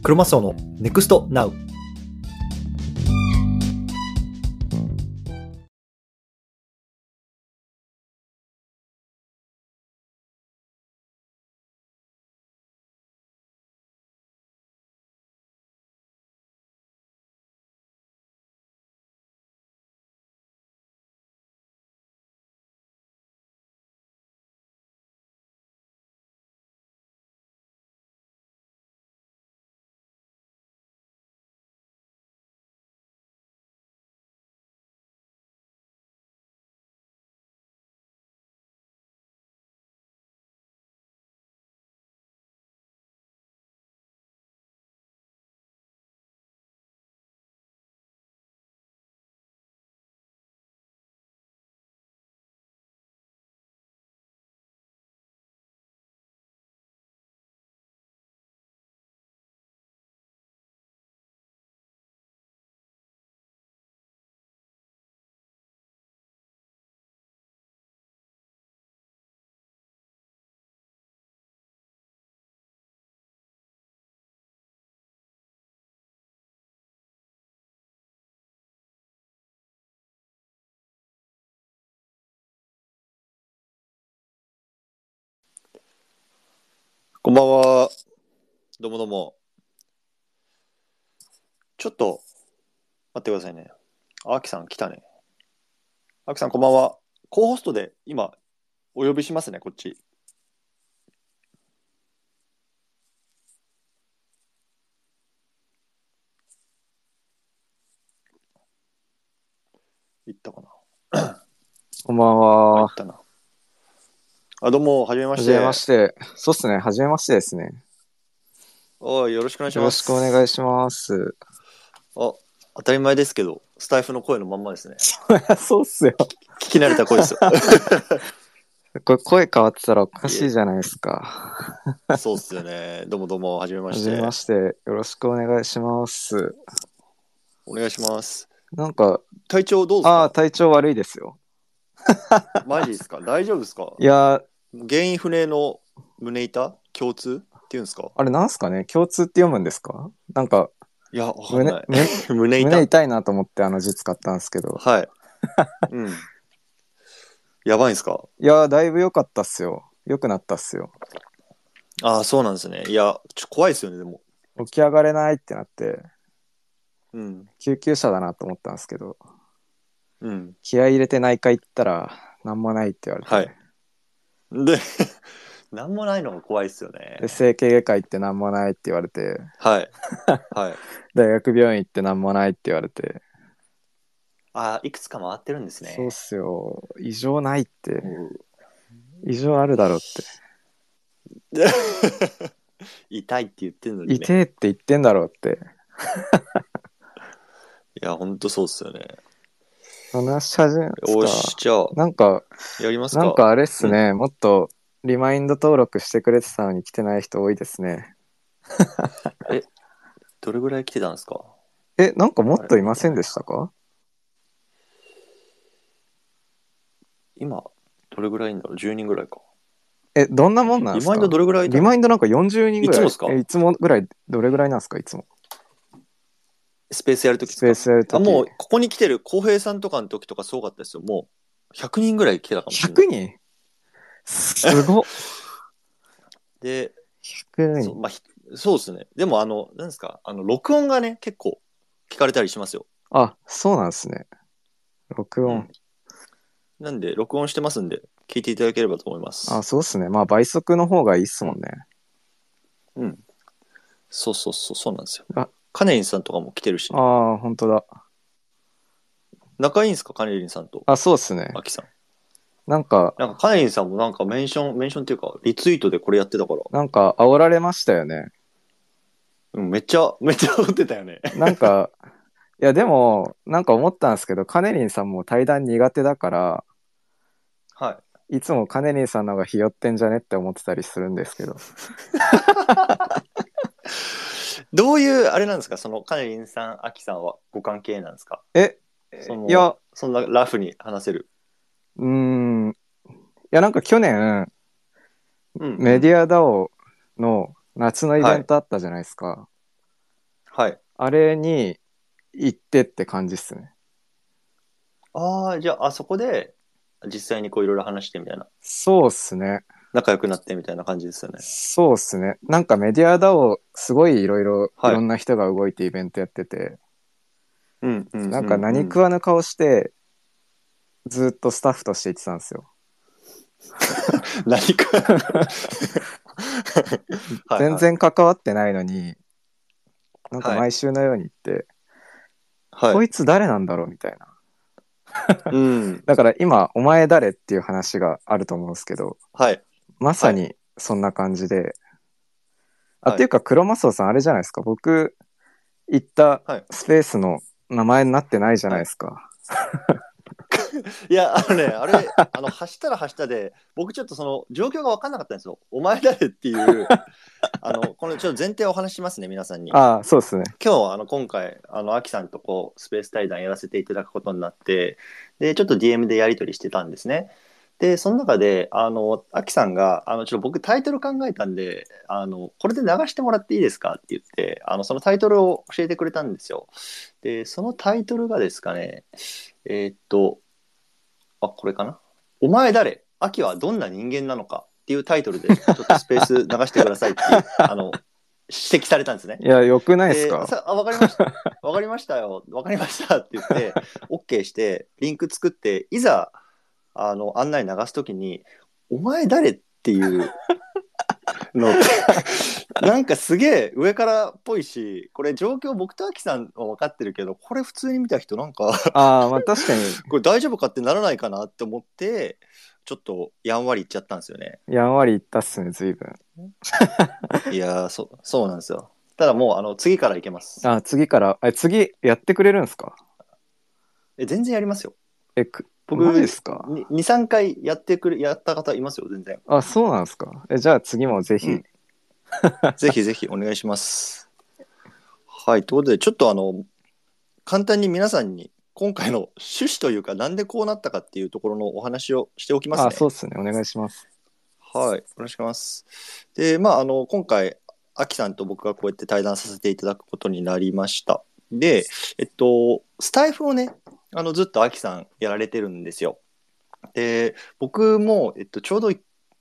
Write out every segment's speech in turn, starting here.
クロマスオのネクストナウ。 こんばんは。どうもどうも。ちょっと待ってくださいね。アキさん来たね。アキさんこんばんは。コーホストで今お呼びしますね、こっち。行ったかな。 こんばんあ、 は。 行ったな。あ、どうも、はじめまはじめまして。 して。そうっすね。はじめましてですね。 おい、よろしくお願いしよろしくお願います。 します。 あ、当たり前ですけど、スタイフの声のまんまですね。 そうっすよ。 聞き慣れた声ですよ。 これ声変わってたらおかいえ、 しいじゃないですか。 そうっすよね。どうもどうも、はじめまはじめまして。 して。よろしくお願いします。 お願いします。 なんか、 体調どうですか？ 体調悪いですよ。 マジですか？大丈夫ですか？ いや、 原因不明の胸痛共通っていうんですか？ あれなんすかね、共通って読むんですか？なんか、 いや、わかんない。 胸胸痛。 痛いなと思って字使ったんですけど。 はい。うん。やばいんすか？ いや、だいぶ良かったっすよ。良くなったっすよ。 ああ、そうなんですね。いや、怖いですよね、でも。 起き上がれないってなって、 うん。 救急車だなと思ったんですけど、 うん。 気合い入れて内科行ったら、なんもないって言われて、 はい。で、なんもないのが怖いですよで、 ね。 整形外科行ってなんもないって言われて、 はい。はい。 大学病院行ってなんもないって言われて、 ああ、いくつか回ってるんですそうっね。 すよ。異常ないって、 うん。 異常あるだろって。 で痛いって言ってんのにね。 痛えって言ってんだろうって。 いや、ほんとそうっすよね。 話し始めますよし、 か。 じゃあ、 なんか、 やりますか。 なんかあれっすうん。 ね。もっとリマインド登録してくれてたのに来てない人多いですね。 え、どれぐらい来てたんですか？ なんかもっあれ、 といません見てないな。 でしたか？ 今、どれぐらいいんだろう？ 10 人ぐらいか。 どんなもんなんリマインドすか？ どれぐらいいたの？ リマインドなんか40人ぐらい。 いつもですか？ いつもぐらい、どれぐらいなんすかいつも。 スペースやるときでスペーすか？あ、 スやるとき。 もう、ここに来てる浩平さんとかの時とかすごかったですよ。もう、100人ぐらい来てたかもしれない。 100人すごっ。 で、 100人。 まあ、そうですね。でも、なんですか、録音がね、結構聞かれたりしますよ。 あ、そうなんですね。録音。 うん。なんで、録音してますんで、聞いていただければと思いまあ、 す。 そうっすね。まあ倍速の方がいいっすうん。 もんね。 うん。そうそうそう、そうなんですよ。 あ、 カネリンさんとかも来てるしね。 本当だ。 仲いいんですか、カネリンさんとあ、そうっすね。 アキさん。 なんか、 なんか、カネリンさんもなんかメンションっていうか、リツイートでこれやってたから、 煽られましたよね。 うん、めっちゃ撮ってたよね。 なんか、いやでも、なんか思ったんですけど、カネリンさんも対談苦手だから、 はい。 いつもカネリンさんの方がひよってんじゃねって思ってたりするんですけど。 どういう、あれなんですか、その、カネリンさん、アキさんはご関係なんですか？ え、 その、 いや、 そんなラフに話せる。 うーん、いやなんか去年、 うんうん。 メディアダオの夏のイベはい。 ントあったじゃないですか。 はい。 あれに行ってって感じっすね。 ああ、じゃあ、あそこで、実際にこういろいろ話してみたいな。 そうっすね。 仲良くなってみたいな感じですよね。 そうっすね。なんかメディアだをすごいいろいろいはい。 ろんな人が動いてイベントやってて、 うんうんうん、 なんか何食わぬ顔してずっとスタッフとして行ってたんですよ。 何かはい全はい。 然関わってないのに、なんかはい。 毎週のように行って、 はい。 こいつ誰なんだろうみたいな。 うん。 だから今、お前誰っていう話があると思うんですけど、 はい。 まさはい。 にそんな感じで、あ、っはい。 ていうか、黒マスオさんあれじゃないですか。僕、行ったはい。 スペースの名前になってないじゃなはい。 いですか。 いや、あれ、走ったら走ったで、僕ちょっとその状況が分かんなかったんですよ。お前誰っていう、このちょっと前提をお話ししますね、皆さんに。 ああ、そうですね。 今日、今回、アキさんとこう、スペース対談やらせていただくことになって、で、ちょっと DM でやり取りしてたんですね。で、その中で、アキさんが、ちょっと僕タイトル考えたんで、これで流してもらっていいですかって言って、そのタイトルを教えてくれたんですよ。で、そのタイトルがですかね、えーっと、これかな。お前誰？アキはどんな人間なのかっていうタイトルで、ちょっとスペース流してくださいって、指摘されたんですね。 いや、よくないですで、 か？ わかりました。わかりましたよ。わかりましたって言って、OK して、リンク作って、いざ、案内流すときに、お前誰っていうのって、なんかすげえ上からっぽいし、これ状況僕とアキさんは分かってるけど、これ普通に見た人なんかああ、まあ確かに、 これ大丈夫かってならないかなって思って、ちょっとやんわり言っちゃったんですよね。 やんわり言ったっすね、随分。 いやー、そうなんですよ。ただもう、次からいけます。 あ、次から、次やってくれるんですか？ 全然やりますよ。 マジっ僕、 すか？ 2、3回やった方いますよ、全然。 あ、そうなんですか？じゃあ次もぜひ。 うん。ぜひぜひお願いします。はい。ということで、ちょっと簡単に皆さんに今回の趣旨というか、なんでこうなったかっていうところのお話をしておきますあ、そうね。 っすね。お願いします。 はい。よろしくお願いします。で、今回、アキさんと僕がこうやって対談させていただくことになりました。で、スタイフをね、ずっとアキさんやられてるんですよ。で、僕も、ちょうど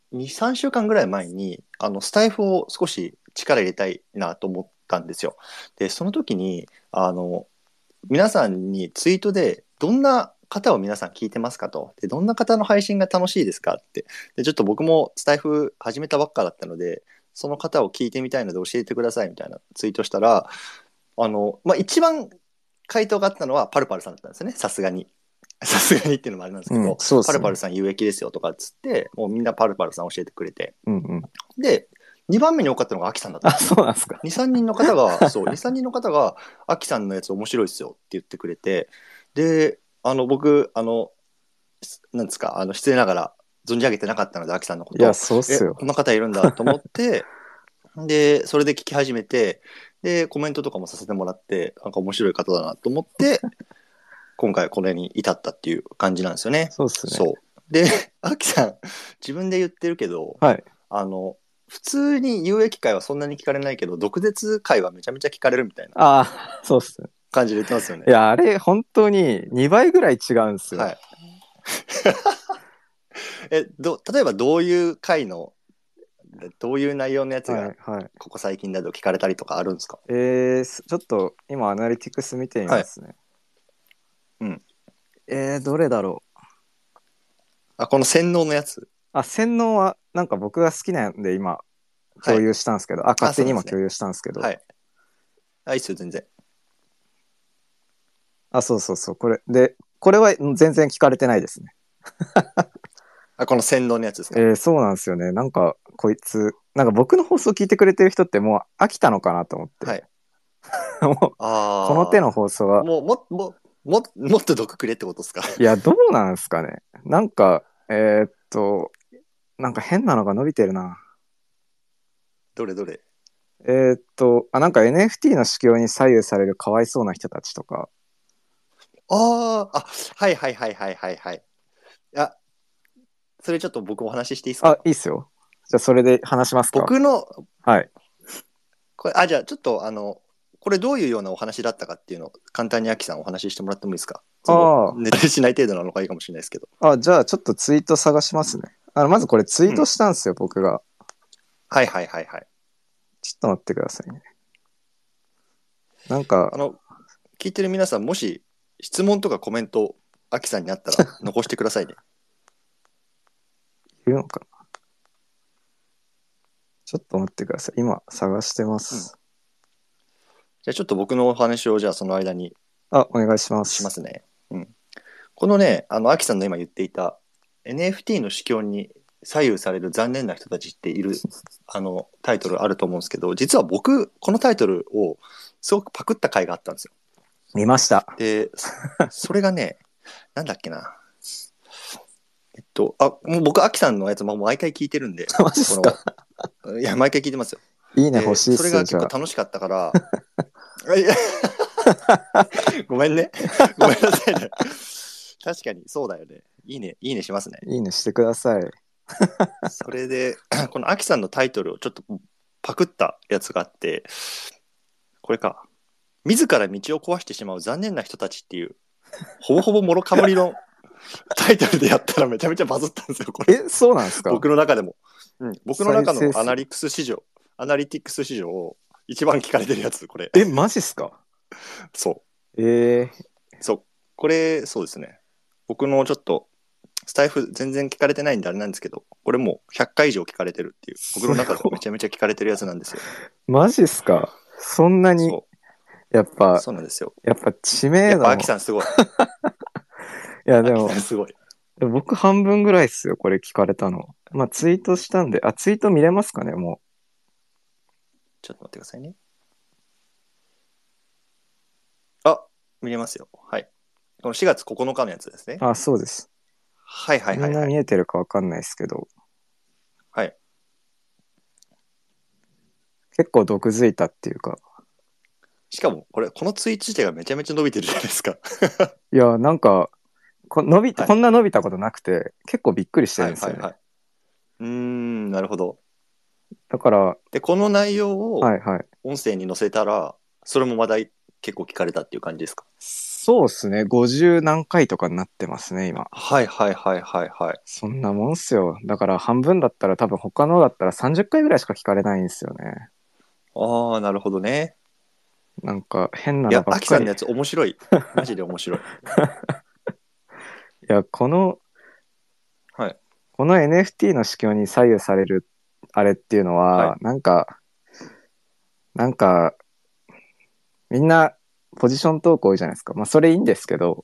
2、3週間ぐらい前に、スタイフを少し力入れたいなと思ったんですよ。で、その時に、皆さんにツイートで、どんな方を皆さん聞いてますかと。で、どんな方の配信が楽しいですかって。で、ちょっと僕もスタイフ始めたばっかだったので、その方を聞いてみたいので教えてくださいみたいなツイートしたら、一番回答があったのはパルパルさんだったんですよね、さすがに。さすがにっていうのもあれなんですけうん、 ど、パルパルそうっすね。 さん有益ですよとかっつって、もうみんなパルパルさん教えてくれて。 うんうん。 で、2番目に多かったのがアキさんだったあ、 んですよ。 そうなんですか。 2、3人の方が、そう、2、3人の方が、アキさんのやつ面白いっすよって言ってくれて、で、僕、なんですか、失礼ながら存じ上げてなかったので、アキさんのこいや、 と、 そうっすよ。 こんな方いるんだと思って、で、それで聞き始めて、で、コメントとかもさせてもらって、なんか面白い方だなと思って、今回これに至ったっていう感じなんですよね。 そうっすね。 そう。で、アキさん、自分で言ってるけど、 はい。 普通に有益会はそんなに聞かれないけど、毒舌会はめちゃめちゃ聞かれるみたいなああ、そうっすね。 感じで言ってますよね。 いや、あれ、本当に2倍ぐらい違うんですよ。 はい。例えばどういう回の、どういう内容のやつが、 はい、はい。 ここ最近だと聞かれたりとかあるんですか？ ちょっと今、アナリティクス見てみはい。 ますね。 うん。 どれだろう。 この洗脳のやつ。 洗脳は、なんか僕が好きなんで今、 はい。 共有したんですけど、勝手そうなんですね。 に今共有したんですけど、 はい。いいっすよ、全然。 そうそうそう、これ。で、これは全然聞かれてないですね。 この洗脳のやつですか？ そうなんですよね。なんか、こいつ、なんか僕の放送聞いてくれてる人ってもう飽きたのかなと思って。 はい。 もう、この手のあ放送は、 もう、もっと毒くれってことですか？ いや、どうなんですかね。なんか、なんか変なのが伸びてるな。 どれどれ。 なんか NFT の市況に左右されるかわいそうな人たちとか。 はいはいはいはいはいはい。あ、それちょっと僕お話ししていいですか？ いいっすよ。じゃあそれで話しますか。 僕の、 はい。 じゃあちょっとここれどういうようなお話だったかっていうのを簡単にアキさんお話ししてもらってもいいですか？ あネタにしない程度なのがいいかもしれないですけど。 じゃあちょっとツイート探しますね。まずこれツイートしたんですよ、僕が。 はいはいはいはい。 ちょっと待ってくださいね。なんか、 聞いてる皆さん、もし質問とかコメント、アキさんにあったら残してくださいね。 いるのかな。ちょっと待ってください。今探してます。 じゃあちょっと僕のお話をじゃあその間にお願いします。 しますね。このね、アキさんの今言っていた NFT の市況に左右される残念な人たちっているタイトルあると思うんですけど、実は僕このタイトルをすごくパクった回があったんですよ。 見ました。 で、それがね、なんだっけな。もう僕アキさんのやつも毎回聞いてるんで、 マジっすか？ いや毎回聞いてますよ。 いいね欲しいっすよ。 それが結構楽しかったからいやごめんねごめんなさいね。確かにそうだよね。いいねしますね。 いいねしてください。 それでこのアキさんのタイトルをちょっとパクったやつがあって、これか。自ら道を壊してしまう残念な人たちっていうほぼほぼもろかぶりのタイトルでやったらめちゃめちゃバズったんですよこれ。 そうなんですか？ 僕の中でも、僕の中の再生数アナリティクス史上一番聞かれてるやつこれ。 マジっすか？ そう。そう。これそうですね。僕のちょっとスタイフ全然聞かれてないんであれなんですけど、これもう100回以上聞かれてるっていう、僕の中でめちゃめちゃ聞かれてるやつなんですよ。 マジっすか？そんなにやっぱそうなんですよ。 やっぱ知名度も。 アキさんすごい。 いやでもすごい。 僕半分ぐらいっすよこれ聞かれたの。まあツイートしたんで、ツイート見れますかねもう。 ちょっと待ってくださいね。見れますよ。はい。この4月9日のやつですね。 そうです。 はいはいはい、 みんな見えてるかわかんないですけど。 はい。 結構毒づいたっていうか。 しかもこのツイート自体がめちゃめちゃ伸びてるじゃないですか。 いやなんかこんな伸びたことなくて結構びっくりしてるんですよね。 なるほど。 だからでこの内容を音声に載せたら、それもまだ結構聞かれたっていう感じですか？ そうですね。50何回とかになってますね今。 はい。 そんなもんっすよ。だから半分だったら多分他のだったら30回ぐらいしか聞かれないんですよね。 なるほどね。 なんか変なのばっかり。 アキさんのやつ面白い。マジで面白い。いやこの NFT の市況に左右されるあれっていうのは、なんかみんなポジション投稿じゃないですか。まあそれいいんですけど、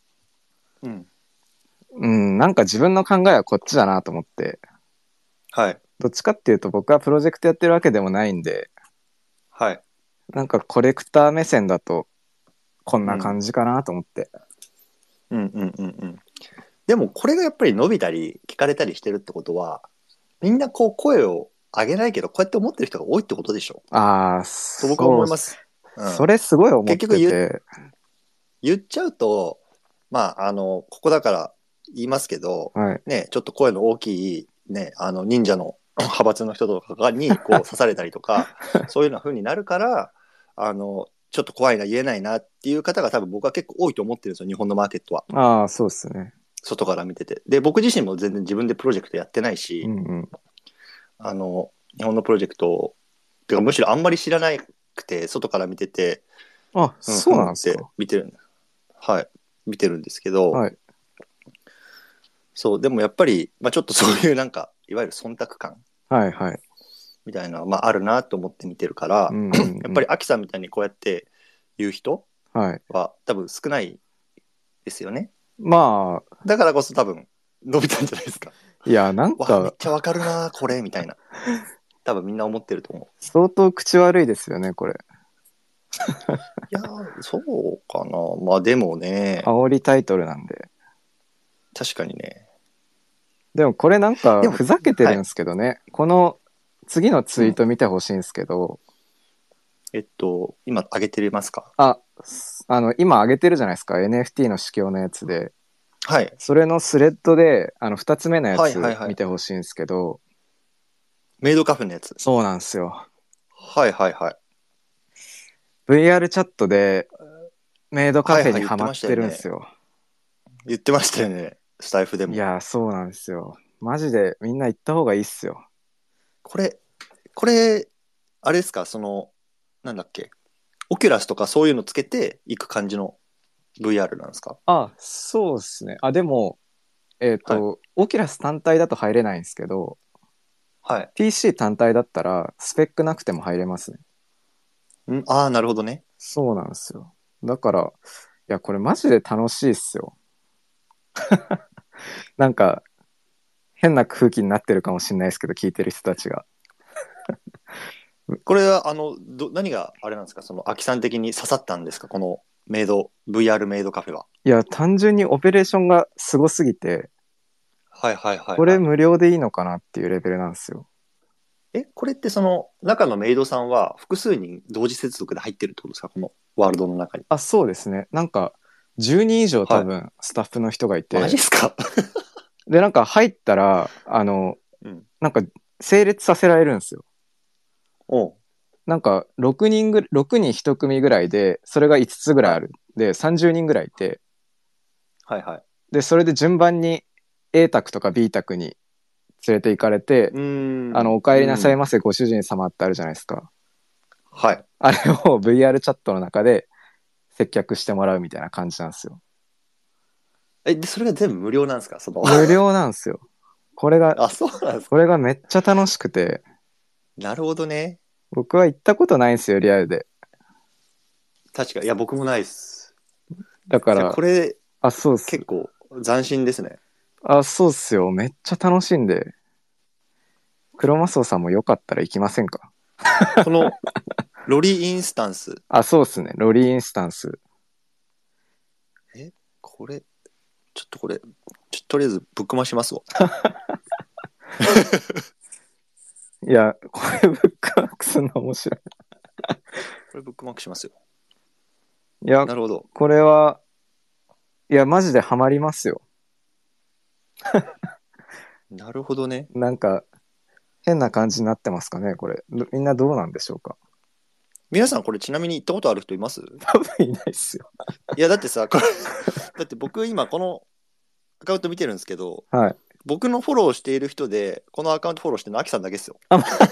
なんか自分の考えはこっちだなと思って、どっちかっていうと僕はプロジェクトやってるわけでもないんで、なんかコレクター目線だとこんな感じかなと思って。 でもこれがやっぱり伸びたり聞かれたりしてるってことは、みんなこう声を上げないけどこうやって思ってる人が多いってことでしょ。と僕は思います。 それすごい思ってて。結局言っちゃうと、まあここだから言いますけど、ね、ちょっと声の大きいね、忍者の派閥の人とかにこう刺されたりとかそういうような風になるから、ちょっと怖いな言えないなっていう方が多分僕は結構多いと思ってるんですよ、日本のマーケットは。 そうですね。 外から見てて。で、僕自身も全然自分でプロジェクトやってないし、日本のプロジェクトてかむしろあんまり知らなくて、外から見てて、 そうなんですか。 見てるんですけど、そう、でもやっぱり、ちょっとそういうなんかいわゆる忖度感みたいなのはあるなと思って見てるから、やっぱりアキさんみたいにこうやって言う人は多分少ないですよね。まあだからこそ多分伸びたんじゃないですか。 いやなんかめっちゃわかるなこれみたいな、多分みんな思ってると思う。 相当口悪いですよねこれ。 いやそうかな。まあでもね、 煽りタイトルなんで。 確かにね。 でもこれなんかふざけてるんですけどね、この次のツイート見てほしいんですけど、 今上げてますか？ 今上げてるじゃないですか、 NFT の市況のやつで。それのスレッドで2つ目のやつ見てほしいんですけど、 メイドカフェのやつ。 そうなんですよ。 VR チャットでメイドカフェにハマってるんですよ。 言ってましたよね。スタイフでも。 いや、そうなんですよ。マジでみんな行った方がいいっすよ。 これ、あれですか、なんだっけ、オキュラスとかそういうのつけて行く感じの VR なんですか？ あ、そうですね。あ、でも、オキュラス単体だと入れないんですけど、 はい。 PC 単体だったらスペックなくても入れますね。 ああ、なるほどね。 そうなんですよ。だから、いや、これマジで楽しいっすよ。なんか、変な空気になってるかもしれないですけど、聞いてる人たちが。 これは、何があれなんですか、アキさん的に刺さったんですか、このVR メイドカフェは。 いや、単純にオペレーションがすごすぎて、 はいはいはい、はい。 これ無料でいいのかなっていうレベルなんですよ。 これって中のメイドさんは複数人同時接続で入ってるってことですか、このワールドの中に。 あ、そうですね。なんか、10人以上多分スタッフの人がいて、 マジっすか？ で、なんか入ったら、 うん。 なんか、整列させられるんですよ。 おう。 なんか、6人1組ぐらいで、それが5つぐらいある。で、30人ぐらいいて、 はいはい。 で、それで順番に A 宅とか B 宅に連れて行かれて、お帰りなさいませご主人様ってあるじゃないですか。 はい。 あれを VR チャットの中で接客してもらうみたいな感じなんですよ。 で、それが全部無料なんですか、 無料なんですよ。これが、 あ、そうなんですか。 これがめっちゃ楽しくて、 なるほどね。 僕は行ったことないんですよ、リアルで。 確か、いや、僕もないっす。じゃあだから、 これ、 あ、そうっす。 結構斬新ですね。 あ、そうっすよ。めっちゃ楽しいんで、クロマスオさんもよかったら行きませんか？ この、ロリインスタンス。 あ、そうっすね。ロリーインスタンス。 これ、とりあえずぶっ込ましますわ。 いや、これブックマークするの面白い。 これブックマークしますよ。 いや、 なるほど。 これは、いや、マジでハマりますよ。 なるほどね。 なんか、変な感じになってますかね、これ。みんなどうなんでしょうか。 皆さんこれちなみに行ったことある人います？ 多分いないっすよ。 いや、だってさ、これだって僕今このアカウント見てるんですけど、 はい。 僕のフォローしている人で、このアカウントフォローしてるのアキさんだけですよ。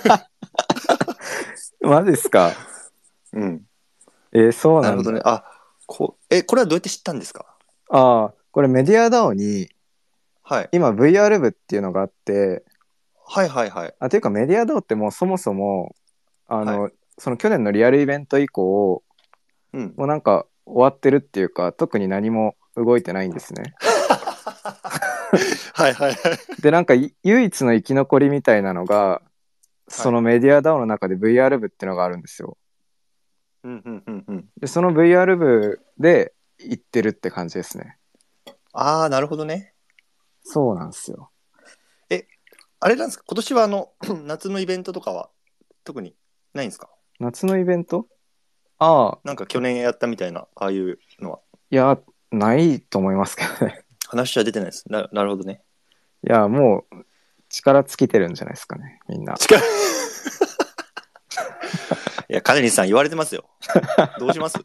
マジっすか。 うん。 そうなんだ。 なるほどね。これはどうやって知ったんですか？ ああ、これメディアダオに、 はい。 今 VR 部っていうのがあって、 はいはいはい。 ていうかメディアダオってもうそもそも、 はい。 その去年のリアルイベント以降、 うん。 もうなんか終わってるっていうか、特に何も動いてないんですね。 はいはいはい。 で、なんか唯一の生き残りみたいなのが、そのメディアダオの中で VR 部っていうのがあるんですよ。 うんうんうんうん。 で、その VR 部で行ってるって感じですね。 ああ、なるほどね。 そうなんですよ。 あれなんですか、今年は夏のイベントとかは特にないんですか？ 夏のイベント？ああ、 なんか去年やったみたいな、ああいうのは。 いや、ないと思いますけどね。 話は出てないです。なるほどね。 いや、もう力尽きてるんじゃないですかね、みんな。 近い。いや、金西さん言われてますよ。どうします？ い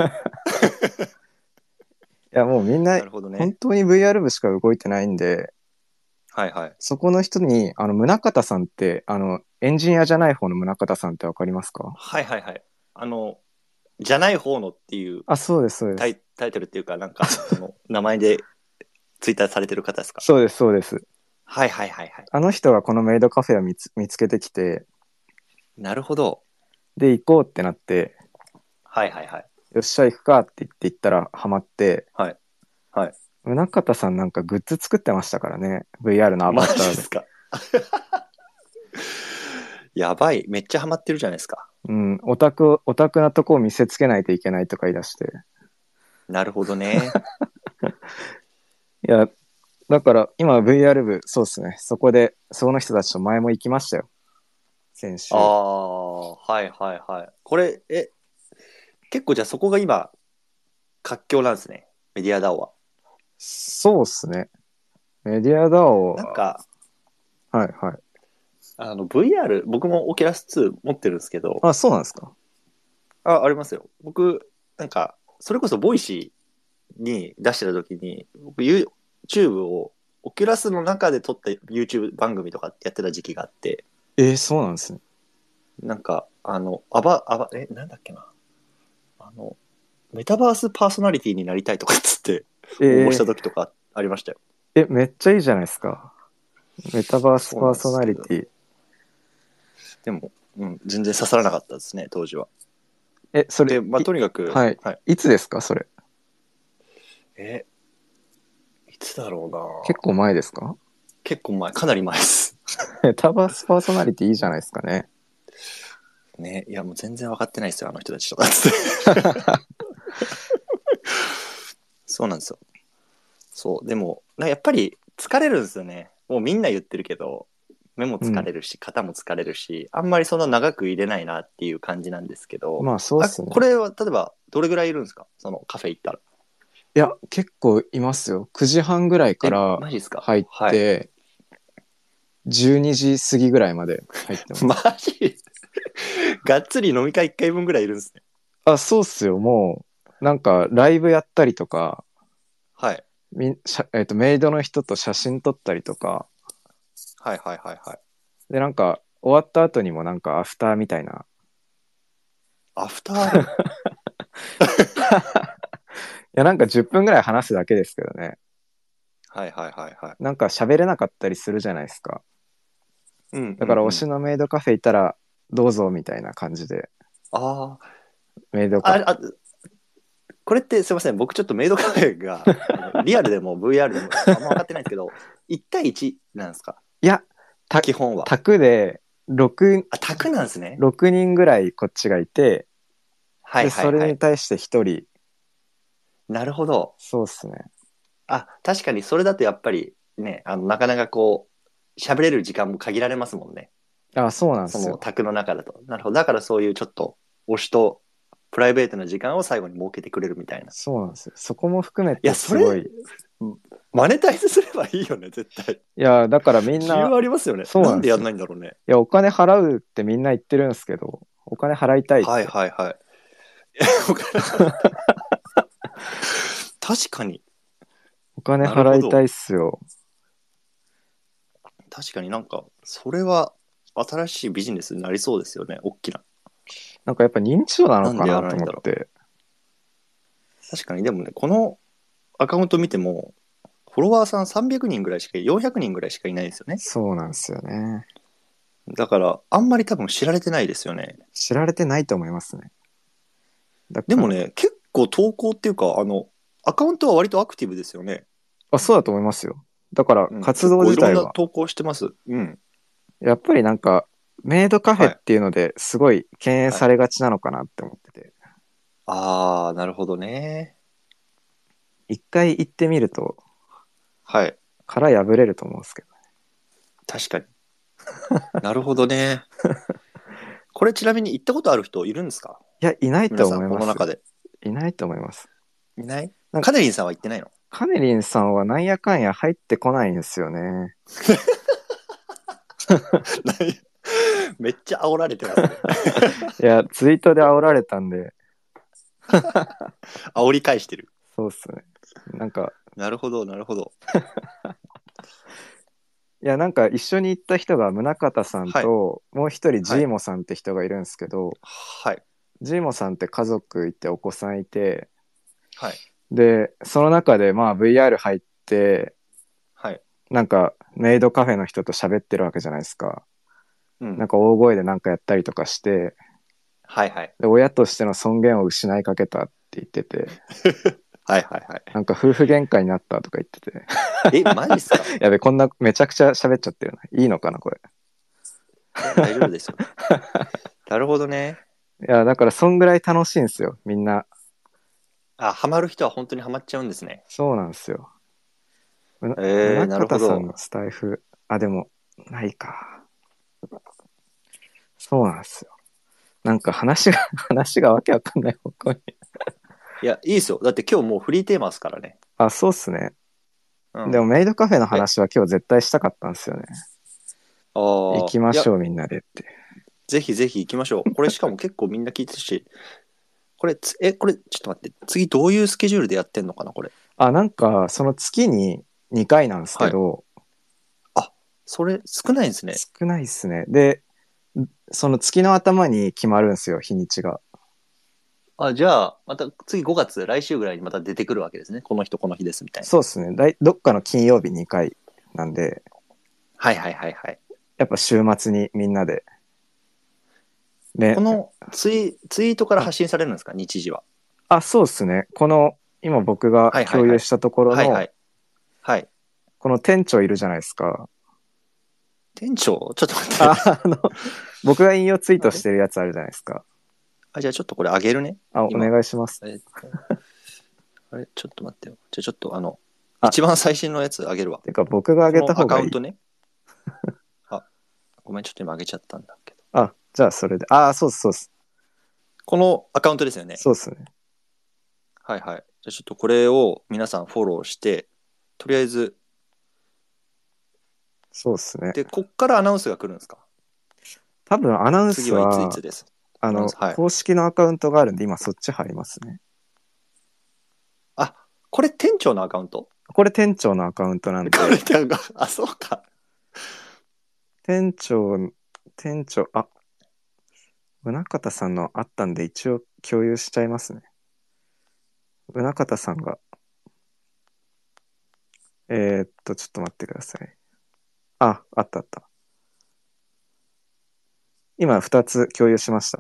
や、もうみんな、 なるほどね。 本当に VR 部しか動いてないんで、 はいはい。 そこの人に、宗像さんって、エンジニアじゃない方の宗像さんってわかりますか？ はいはいはい。じゃない方のっていうあ、そうです、そうです。 タイトルっていうか、なんか、名前でツイッターされてる方ですか？ そうです、そうです。 はいはいはいはい。 あの人がこのメイドカフェを見つけてきて、 なるほど。 で、行こうってなって、 はいはいはい。 よっしゃ、行くかって言って行ったらハマって、 はい。はい。 宗像さんなんかグッズ作ってましたからね、VR のアマバターで。 ジですか？やばい。めっちゃハマってるじゃないですか。 うん、オタクなとこを見せつけないといけないとか言い出して。 なるほどね。 いや、だから今 VR 部、そうですね、そこで、その人たちと前も行きましたよ。先週。 ああ、はいはいはい。これ、結構じゃあそこが今、活況なんですね。メディアダオは。 そうっすね。メディアダオは、 なんか、 はいはい。 VR、僕もオキュラス2持ってるんですけど、 あ、そうなんですか。 ありますよ。僕、なんか、それこそボイシーに出してた時に、僕 YouTube をオキュラスの中で撮った YouTube 番組とかやってた時期があって、 そうなんですね。 なんか、なんだっけな。メタバースパーソナリティになりたいとかっつって応募した時とかありましたよ。 めっちゃいいじゃないですか。メタバースパーソナリティ。 でも、全然刺さらなかったですね、当時は。 それ、 で、とにかく、 はい。いつですか、それ。 いつだろうな。 結構前ですか？ 結構前、かなり前です。 メタバースパーソナリティいいじゃないですかね。 ね、いやもう全然分かってないですよ、あの人たちとかっつって。そうなんですよ。そう、でも、やっぱり疲れるんですよね。もうみんな言ってるけど、目も疲れるし、肩も疲れるし、あんまりそんな長く入れないなっていう感じなんですけど、 まあそうっすね。 これは例えばどれぐらいいるんですか、そのカフェ行ったら。 いや、結構いますよ。9時半ぐらいからマジっすか？ 入って、12時過ぎぐらいまで入ってます。 マジがっつり飲み会1回分ぐらいいるんですね。 そうっすよ。もう、なんかライブやったりとか、 はい。 メイドの人と写真撮ったりとか、 はいはいはいはい。 で、なんか終わった後にもなんかアフターみたいな。 アフターいや、なんか10分ぐらい話すだけですけどね。 はいはいはいはい。 なんか喋れなかったりするじゃないですか。だから推しのメイドカフェいたらどうぞみたいな感じで。メイドカフェ。 これってすいません、僕ちょっとメイドカフェがリアルでも VR でもあんま分かってないんですけど、1対1なんですか？ いや、 基本は。 卓で卓なんですね。 6人ぐらいこっちがいて、 はいはいはい。 で、それに対して1人。 なるほど。 そうっすね。 確かにそれだとやっぱりね、なかなかこう、喋れる時間も限られますもんね。 そうなんですよ。 その卓の中だと。なるほど。だからそういうちょっと推しとプライベートな時間を最後に設けてくれるみたいな。 そうなんですよ。そこも含めてすごい。 マネタイズすればいいよね、絶対。 いや、だからみんな。 需要ありますよね。なんでやんないんだろうね。 いや、お金払うってみんな言ってるんですけど、お金払いたいって。 はいはいはい。確かに。 お金払いたいっすよ。 確かになんか、それは新しいビジネスになりそうですよね、大きな。 なんかやっぱ認知度なのかなと思って。 確かに、でもね、このアカウント見ても、フォロワーさん300人ぐらいしか、400人ぐらいしかいないですよね。 そうなんですよね。 だから、あんまり多分知られてないですよね。 知られてないと思いますね。 でもね、結構投稿っていうか、アカウントは割とアクティブですよね。 そうだと思いますよ。だから、活動自体は、 いろんな投稿してます。 やっぱりなんか、メイドカフェっていうのですごい敬遠されがちなのかなって思ってて。 なるほどね。 一回行ってみると、 はい。 殻破れると思うんですけどね。 確かに。なるほどね。これちなみに行ったことある人いるんですか？ いや、いないと思います。 この中で。 いないと思います。 いない？カネリンさんは行ってないの？ カネリンさんはなんやかんや入ってこないんですよね。 めっちゃ煽られてますね。 いや、ツイートで煽られたんで。 煽り返してる。 そうっすね。なんか。 なるほど、なるほど。 いや、なんか一緒に行った人が宗像さんと、もう一人ジーモさんって人がいるんですけど、 はい。 ジーモさんって家族いてお子さんいて、 はい。 で、その中でまあ VR 入って、 はい。 なんかメイドカフェの人と喋ってるわけじゃないですか。なんか大声でなんかやったりとかして、 はいはい。 で、親としての尊厳を失いかけたって言ってて、 はいはいはい。 なんか夫婦喧嘩になったとか言ってて。 マジっすか？ やべ、こんなめちゃくちゃ喋っちゃってるな。いいのかな、これ。 大丈夫ですよ。なるほどね。 いや、だからそんぐらい楽しいんですよ、みんな。 ハマる人は本当にハマっちゃうんですね。 そうなんですよ。 なるほど。 さんのスタイフ、でも、ないか。そうなんですよ。なんか話がわけわかんない方向に。 いや、いいですよ。だって今日もうフリーテーマですからね。 そうっすね。でもメイドカフェの話は今日絶対したかったんですよね。行きましょうみんなでって。 ぜひぜひ行きましょう。これしかも結構みんな聞いてるし、 これ、これ、ちょっと待って。次どういうスケジュールでやってんのかな、これ。 なんか、その月に2回なんですけど、 それ少ないんですね。 少ないっすね。で、その月の頭に決まるんですよ、日にちが。 じゃあ、また次5月、来週ぐらいにまた出てくるわけですね。この人、この日ですみたいな。 そうですね。どっかの金曜日2回なんで、 はいはいはいはい。 やっぱ週末にみんなで。ね。 このツイートから発信されるんですか、日時は。 そうですね。この、今僕が共有したところの、 はい。 この店長いるじゃないですか。 店長ちょっと待って。 僕が引用ツイートしてるやつあるじゃないですか。 じゃあちょっとこれあげるね。 お願いします。 あれちょっと待ってよ。じゃあちょっと一番最新のやつあげるわ。 てか僕があげた方がいい。 アカウントね。ごめん、ちょっと今あげちゃったんだけど。じゃあそれで。そうです、そうです。 このアカウントですよね。 そうですね。 はいはい。じゃあちょっとこれを皆さんフォローして、とりあえず。 そうですね。 で、こっからアナウンスが来るんですか？ 多分アナウンスは、 次はいついつです。 公式のアカウントがあるんで、今そっち入りますね。 これ店長のアカウント？ これ店長のアカウントなんで。 そうか。 店長、宗像さんのあったんで一応共有しちゃいますね。宗像さんが、ちょっと待ってください。あったあった。今2つ共有しました。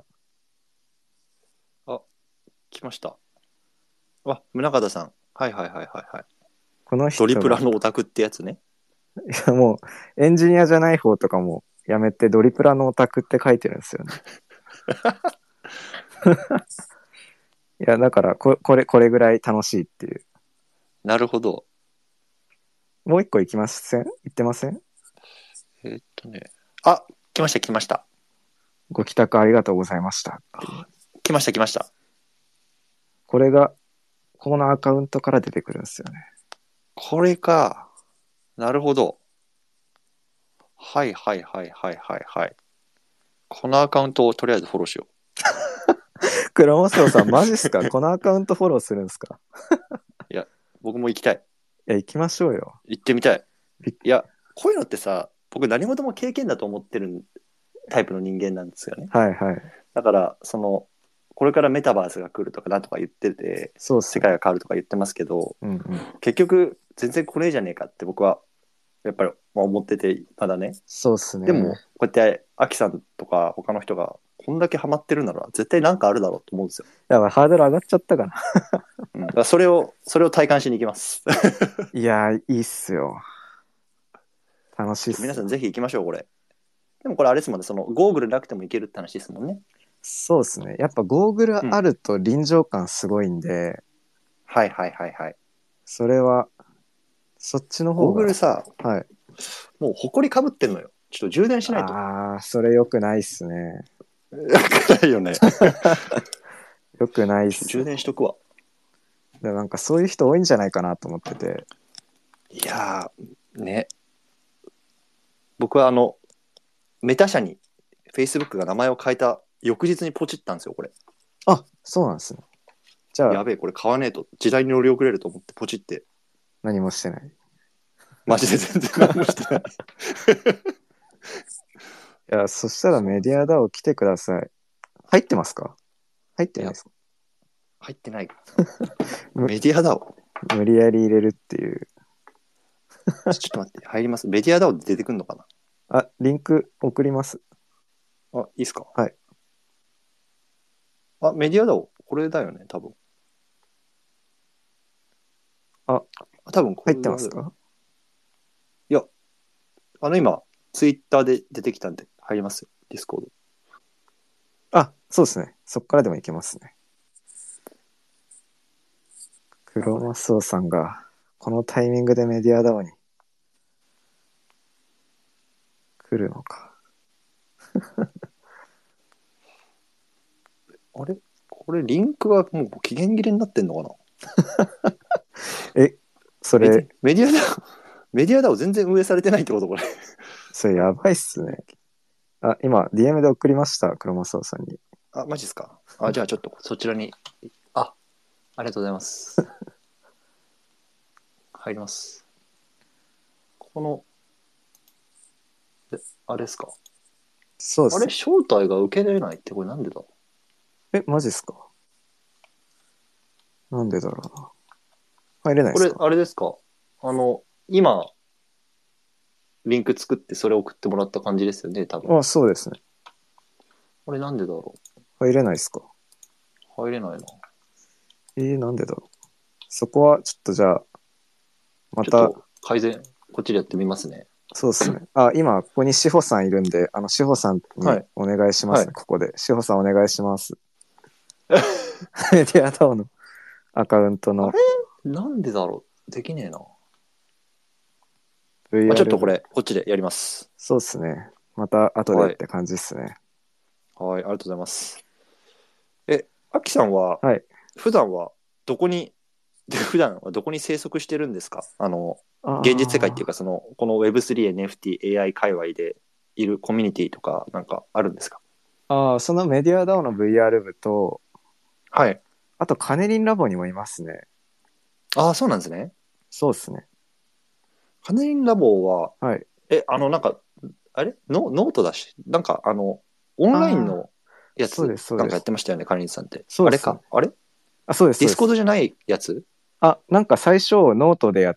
来ました。宗像さん。はいはいはいはいはい。 この人ドリプラのオタクってやつね。 いやもうエンジニアじゃない方とかもやめてドリプラのオタクって書いてるんですよね。いやだからこれぐらい楽しいっていう。 なるほど。 もう一個行ってません？ 来ました。 ご帰宅ありがとうございましたっていう。 来ました。 これがこのアカウントから出てくるんですよね。 これか。なるほど。はい。このアカウントをとりあえずフォローしよう。倉本さんマジっすか？このアカウントフォローするんですか？ いや、僕も行きたい。いや、行きましょうよ。 行ってみたい。いや、こういうのってさ、僕何事も経験だと思ってるタイプの人間なんですよね。 はいはい。 だからこれからメタバースが来るとかなんとか言ってて、 そうっすね、 世界が変わるとか言ってますけど、結局全然これじゃねえかって僕はやっぱり思ってて、まだね。 そうっすね。 でもこうやってアキさんとか他の人がこんだけハマってるなら絶対なんかあるだろうと思うんですよ。 やばい、ハードル上がっちゃったかな。 だからそれを体感しに行きます。 いやいいっすよ。楽しいっす。 皆さんぜひ行きましょうこれ。でもこれあれですもんね、ゴーグルなくてもいけるって話ですもんね。 そうですね。やっぱゴーグルあると臨場感すごいんで、 はい。 それはそっちの方が。 ゴーグルさ、 はい。 もう埃かぶってんのよ。ちょっと充電しないと。 それ良くないっすね。 良くないよね。 良くないっす。 充電しとくわ。 でなんかそういう人多いんじゃないかなと思ってて。 いやーね。僕はメタ社に Facebook が名前を変えた翌日にポチったんですよこれ。 そうなんですね。じゃあやべえこれ買わねえと時代に乗り遅れると思ってポチって。 何もしてない。 マジで全然何もしてない。 いやそしたらメディアダオ来てください。入ってますか？入ってないですか？ 入ってない。メディアダオ無理やり入れるっていう。 ちょっと待って入ります。メディアダオで出てくるのかな。リンク送ります。 いいっすか？ はい。 メディアダオこれだよね多分。多分これ入ってますか？ いや今ツイッターで出てきたんで入りますよディスコード。そうですね。そっからでもいけますね。黒マスオさんがこのタイミングでメディアダオに来るのか。 あれこれリンクがもう期限切れになってんのかな？ それメディアダオ全然運営されてないってことこれ。 それやばいっすね。今 DM で送りました黒マスオさんに。 あ、マジですか。あ、じゃあちょっとそちらに。あ、ありがとうございます。入ります。この、あれですか。 そうです。 あれ、招待が受けられないってこれなんでだ。 マジですか？なんでだろうな。入れないでこれ、 すか？ あれですか。今、リンク作ってそれ送ってもらった感じですよね、多分。 あ、そうですね。 これなんでだろ入れないですか？ う。入れないな。 なんでだろう。そこはちょっとじゃあ、また、 ちょっと改善、こっちでやってみますね。 そうですね。今、ここに志保さんいるんで、志保さんにはい。 お願いしますね、 はい。 ここで。志保さんお願いします。メディアダオのアカウントのあれなんでだろう。できねえな。まあ、ちょっ VR 部。 とこれ、こっちでやります。 そうですね。また後ではい。 って感じですね。 はい、ありがとうございます。アキさんは、 はい。 普段はどこに、普段はどこに生息してるんですか？現実世界っていうあか、この Web3、NFT、AI 界隈でいるコミュニティとか、なんかあるんですか？ そのメディアダオの VR 部と、 はい。 あとカネリンラボにもいますね。 ああ、そうなんですね。 そうですね。 カネリンラボは、 はい。 なんか、あれノートだし、なんか、オンラインのやつ、 そうです、そうなんかやっです。 てましたよね、カネリンさんって。 そうですね。 あれかあれそうです、 ディスコーそうです。 ドじゃないやつ？ なんか最初ノートでやって、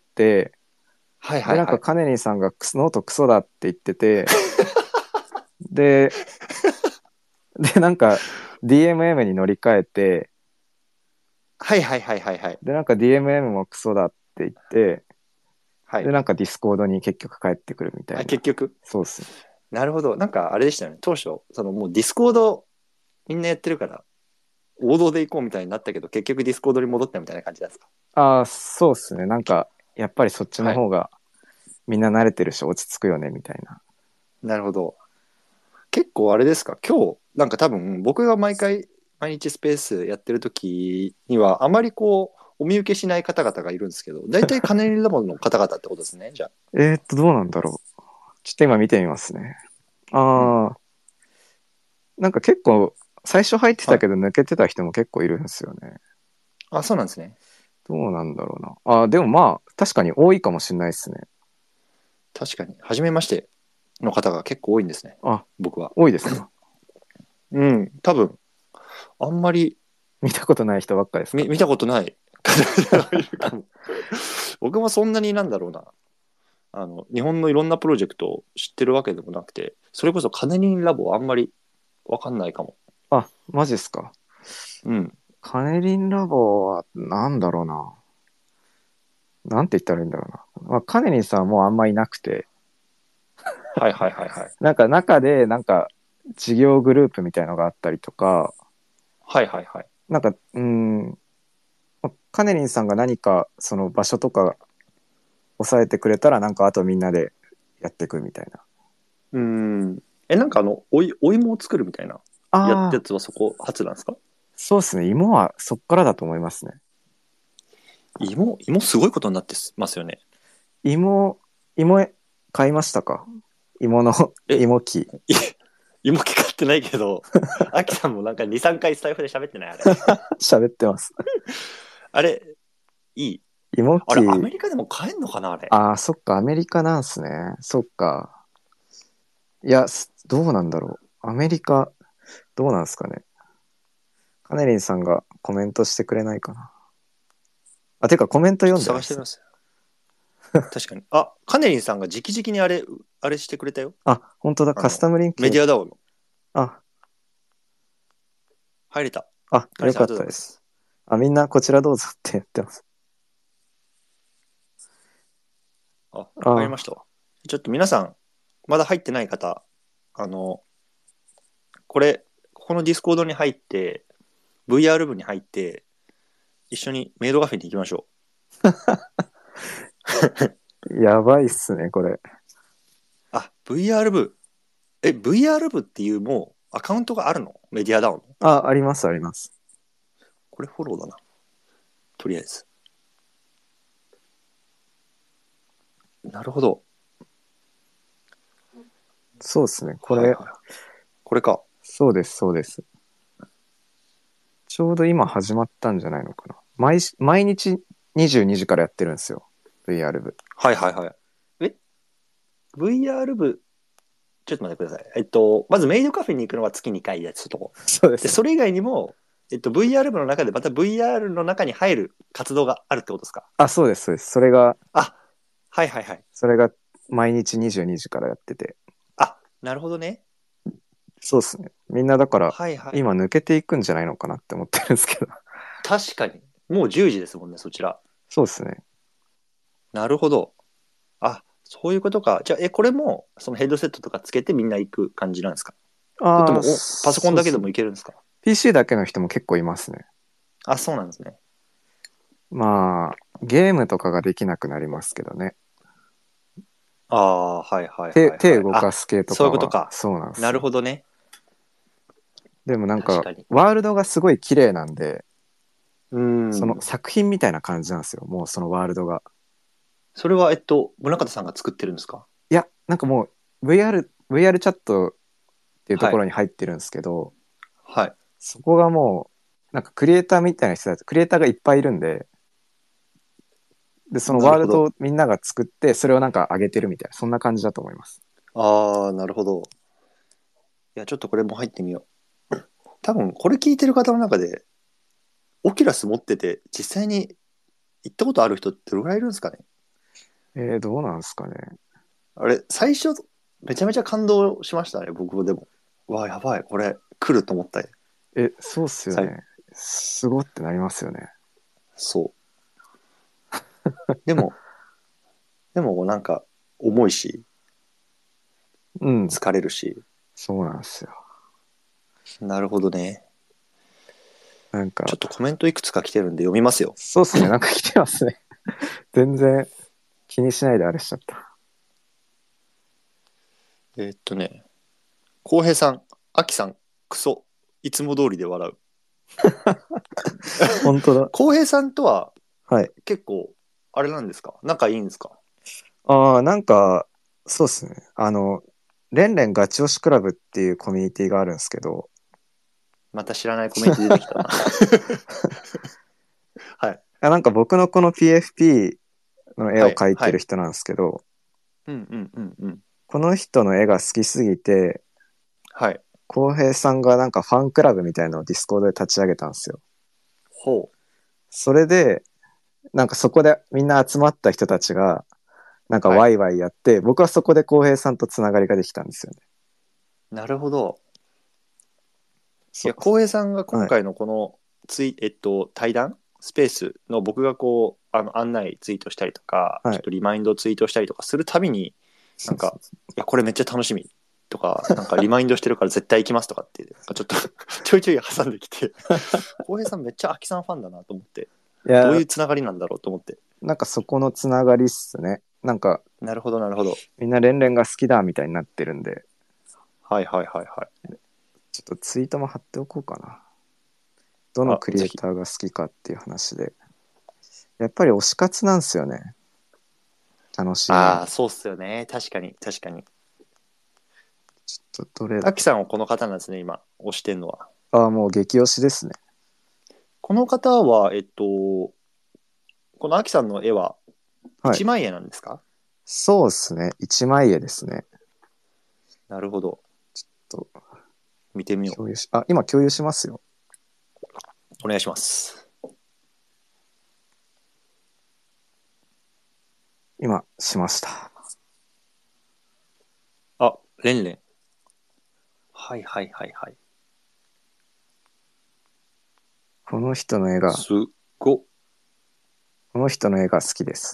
で、なんかはいはいはい。 カネリンさんがノートクソだって言ってて、で、なんか DMM に乗り換えて、 はいはいはいはいはい。 で、なんか DMM もクソだって言って、で、 はい。 なんかディスコードに結局帰ってくるみたあ、 いな。 結局。 そうっすね。 なるほど。なんかあれでしたよね。当初、もうディスコードみんなやってるから、王道で行こうみたいになったけど、結局ディスコードに戻ったみたいな感じですか？ そうっすね。なんか、やっぱりそっちのはい。 方がみんな慣れてるし落ち着くよね、みたいな。 なるほど。結構あれですか？今日、なんか多分僕が毎日スペースやってる時には、あまりお見受けしない方々がいるんですけど、大体カネリラボの方々ってことですね、じゃあ。 どうなんだろう。ちょっと今見てみますね。 うん。 ああ、なんか結構、最初入ってはい。 たけど抜けてた人も結構いるんですよね。 あ、そうなんですね。 どうなんだろうな。でもまあ、確かに多いかもしれないですね。 確かに。初めましての方が結構多いんですね、 あ、 僕は。 多いですか？ うん、多分、あんまり見たことない人ばっかですか？ 見たことない方がいるかも。僕もそんなになんだろうな。日本のいろんなプロジェクトを知ってるわけでもなくて、それこそカネリンラボはあんまりわかんないかも。 マジっすか？ うん。 カネリンラボは、なんだろうな。なんて言ったらいいんだろうな。カネリンさんはもうあんまいなくて、 はいはいはいはい。 なんか中で、なんか、事業グループみたいのがあったりとか、 はいはいはい。 なんか、カネリンさんが何か、その場所とか押さえてくれたら、なんかあとみんなでやっていくみたいな。 うん。なんかお芋を作るみたいなやああ、 つはそこ初なんですか？ そうですね。芋はそっからだと思いますね。 芋すごいことになってますよね。 芋、芋買いましたか？芋の、 え、 芋機。 い芋聞かってないけど、アキさんもなんか2、3回スタイフで喋ってないあれ。 喋ってます。 あれ、いい。 芋あれ、ア機、 メリカでも買えんのかなあれ。 そっか、アメリカなんすね。そっか。いや、どうなんだろう。アメリカ、どうなんすかね。カネリンさんがコメントしてくれないかな。てかコメントちょっと読んでないっすね。 探してみます。確かに。あ、カネリンさんが直々にあれしてくれたよ。 本当だ、カスタムリンク。 メディアダウンの。 あ、 入れた。カネリンよさん、ありがとうかったです。 ございます。 みんなこちらどうぞってやってます。 あ、入りあ、 ましたわ。ちょっと皆さん、まだ入ってない方、あの、ここのディスコードに入って、VR 部に入って、一緒にメイドカフェに行きましょやばいっすね、これ。 う。VR 部。VR 部っていうもうアカウントがあるの？メディアダウンの。 あります、あります。 これフォローだな。とりあえず。なるほど。 そうですね、これ、 はいはい。これか。 そうです、そうです。 ちょうど今始まったんじゃないのかな。毎日22時からやってるんですよ。VR 部。 はいはいはい。VR 部、ちょっと待ってください。まずメイドカフェに行くのは月2回やつと。 そうです、 で、それ以外にも、VR 部の中でまた VR の中に入る活動があるってことですか？ あ、そうです、そうです。それが毎日22時からやってて。 あ、なるほどね。 そうですね。みんなだから、 はいはい。 今抜けていくんじゃないのかなって思ってるんですけど。 確かに。もう10時ですもんね、そちら。 そうですね。 なるほど。あ、そういうことか。じゃあ、これも、そのヘッドセットとかつけてみんな行く感じなんですか？それともパソコンだけでもいけるんですか？ PC だけの人も結構いますね。 あ、そうなんですね。 まあ、ゲームとかができなくなりますけどね。 ああ、はいはいはい、はい。 手動かす系とかは。 そういうことか。 そうなんですよ。 なるほどね。 でもなんか確かにワールドがすごい綺麗なんで、 うん。 その作品みたいな感じなんですよ。もうそのワールドが。 それは、宗像さんが作ってるんですか？ いや、なんかもう VR チャットっていうところに。 に入ってるんですけど、 はい。 そこがもう、なんかクリエイターみたいな人たち、クリエイターがいっぱいいるんで、で、そのワールドをみんなが作って、それをなんか上げてるみたいな、そんな感じだと思います。 ああ、なるほど。いや、ちょっとこれも入ってみよう。多分、これ聞いてる方の中で、オキュラス持ってて、実際に行ったことある人ってどれぐらいいるんですかね？ どうなんですかね。 あれ、最初、めちゃめちゃ感動しましたね、僕もでも。うわ、やばい、これ、来ると思ったよ。 そうっすよね。すごってなりますよね。 そう。でもなんか、重いし、 うん。 疲れるし。 そうなんですよ。 なるほどね。 なんか、 ちょっとコメントいくつか来てるんで読みますよ。 そうっすね。なんか来てますね。全然気にしないであれしちゃった。 浩平さん、アキさん、クソ、いつも通りで笑う。 本当だ。 浩平さんとははい。 結構、あれなんですか？仲いいんですか？ ああ、なんか、そうっすね。レンレンガチ推しクラブっていうコミュニティがあるんですけど、 また知らないコメント出てきたな。はい。 なんか僕のこの PFP の絵を描いてはい。 る人なんですけど、 うんうんうんうん。 この人の絵が好きすぎて、 はい。 浩平さんがなんかファンクラブみたいなのをディスコードで立ち上げたんですよ。 ほう。 それで、なんかそこでみんな集まった人たちが、なんかワイワイやって、僕はそこで浩平さんとつながりができたんですよね。 なるほど。いや、浩平さんが今回のこの対談スペースの僕がこう、案内ツイートしたりとか、ちょっとリマインドツイートしたりとかするたびに、なんか、いや、これめっちゃ楽しみとか、なんかリマインドしてるから絶対行きますとかって、なんかちょっとちょいちょい挟んできて、浩平さんめっちゃアキさんファンだなと思って、どういうつながりなんだろうと思って。 なんかそこのつながりっすね。なんか、 なるほどなるほど。 みんなレンレンが好きだみたいになってるんで。 はいはいはいはい。 ちょっとツイートも貼っておこうかな。どのクリエイターが好きかっていう話で。やっぱり推し活なんですよね。楽しみ。 ああ、そうっすよね。確かに確かに。 ちょっとどれだ。 アキさんはこの方なんですね、今、推してんのは。 ああ、もう激推しですね。 この方は、このアキさんの絵は一枚絵なんですか？はい、 そうですね。一枚絵ですね。 なるほど。 ちょっと見てみよう。 今共有しますよ。 お願いします。 今しました。 あ、レンレン。はいはいはいはい。 この人の絵が、 すっご。 この人の絵が好きです。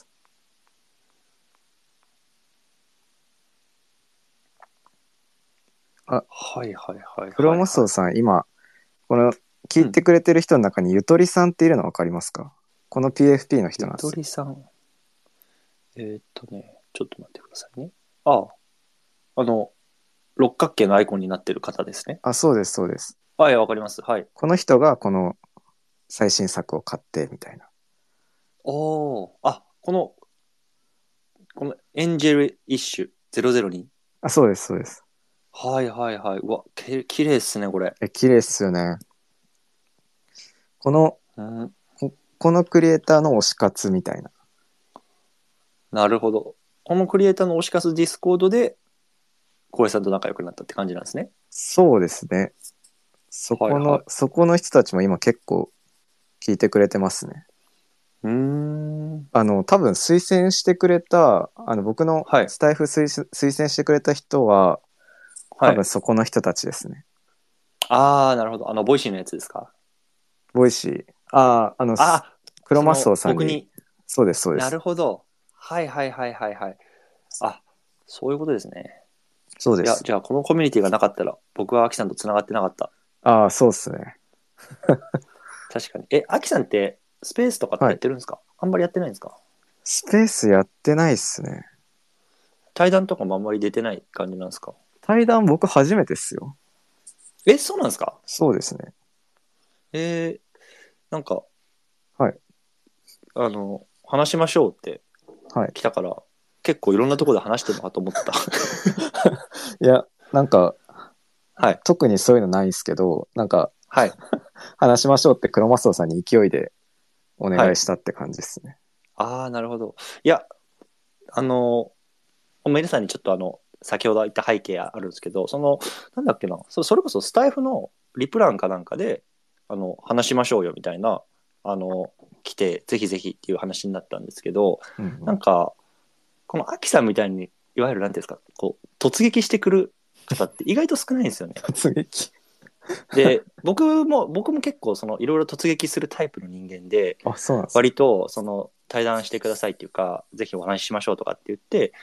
はいはいはい。 プロモソーさん、今、この聞いてくれてる人の中にゆとりさんっているの分かりますか？この PFP の人なんですよ。 ゆとりさん。ちょっと待ってくださいね。ああ、六角形のアイコンになってる方ですね。 あ、そうです、そうです。 はい、わかります。はい。 この人がこの最新作を買ってみたいな。 おー、あ、このエンジェルイッシュ002。 あ、そうです、そうです。 はいはいはい。うわ、綺麗っすね、これ。 綺麗っすよね。 この、 うん、 このクリエイターの推し活みたいな。 なるほど。このクリエイターの推し活ディスコードで、浩平さんと仲良くなったって感じなんですね。 そうですね。 はいはい。 そこの人たちも今結構聞いてくれてますね。多分推薦してくれた、僕のはい。 スタイフ推薦してくれた人は、多分はい。 そこの人たちですね。 ああ、なるほど。ボイシーのやつですか。 ボイシー。 あ、 クロマスオさんに、 僕に、 そうです、そうでなす。 るほど。はいはいはいはいはい。あ、そういうことですね。いや、 そうです。 じゃあこのコミュニティがなかったら、僕はアキさんと繋がってなかった。 ああ、そうっすね。 確かに。アキさんってスペースとかってはい。 やってるんですか？あんまりやってないんですか？ スペースやってないっすね。 対談とかもあんまり出てない感じなんですか？ 対談僕初めてっすよ。 そうなんですか？ そうですね。 えー、なんか、 はい。 話しましょうってはい。 来たから、結構いろんなところで話してるのかと思ってた。 いや、なんか、 はい。 特にそういうのないんすけど、なんか、 はい。 話しましょうってクロマスオさんに勢いでお願いはい。 したって感じですね。 ああ、なるほど。いや、あの、皆さんにちょっと先ほど言った背景あるんですけど、なんだっけな、それこそスタイフのリプランかなんかで、話しましょうよみたいな、来て、ぜひぜひっていう話になったんですけど、 うんうん。 なんか、このアキさんみたいに、いわゆるなんていうんですか、こう、突撃してくる方って意外と少ないんですよね。 突撃。 で、僕も結構、いろいろ突撃するタイプの人間で、 あ、そうなんですね。 割と、対談してくださいっていうか、ぜひお話ししましょうとかって言って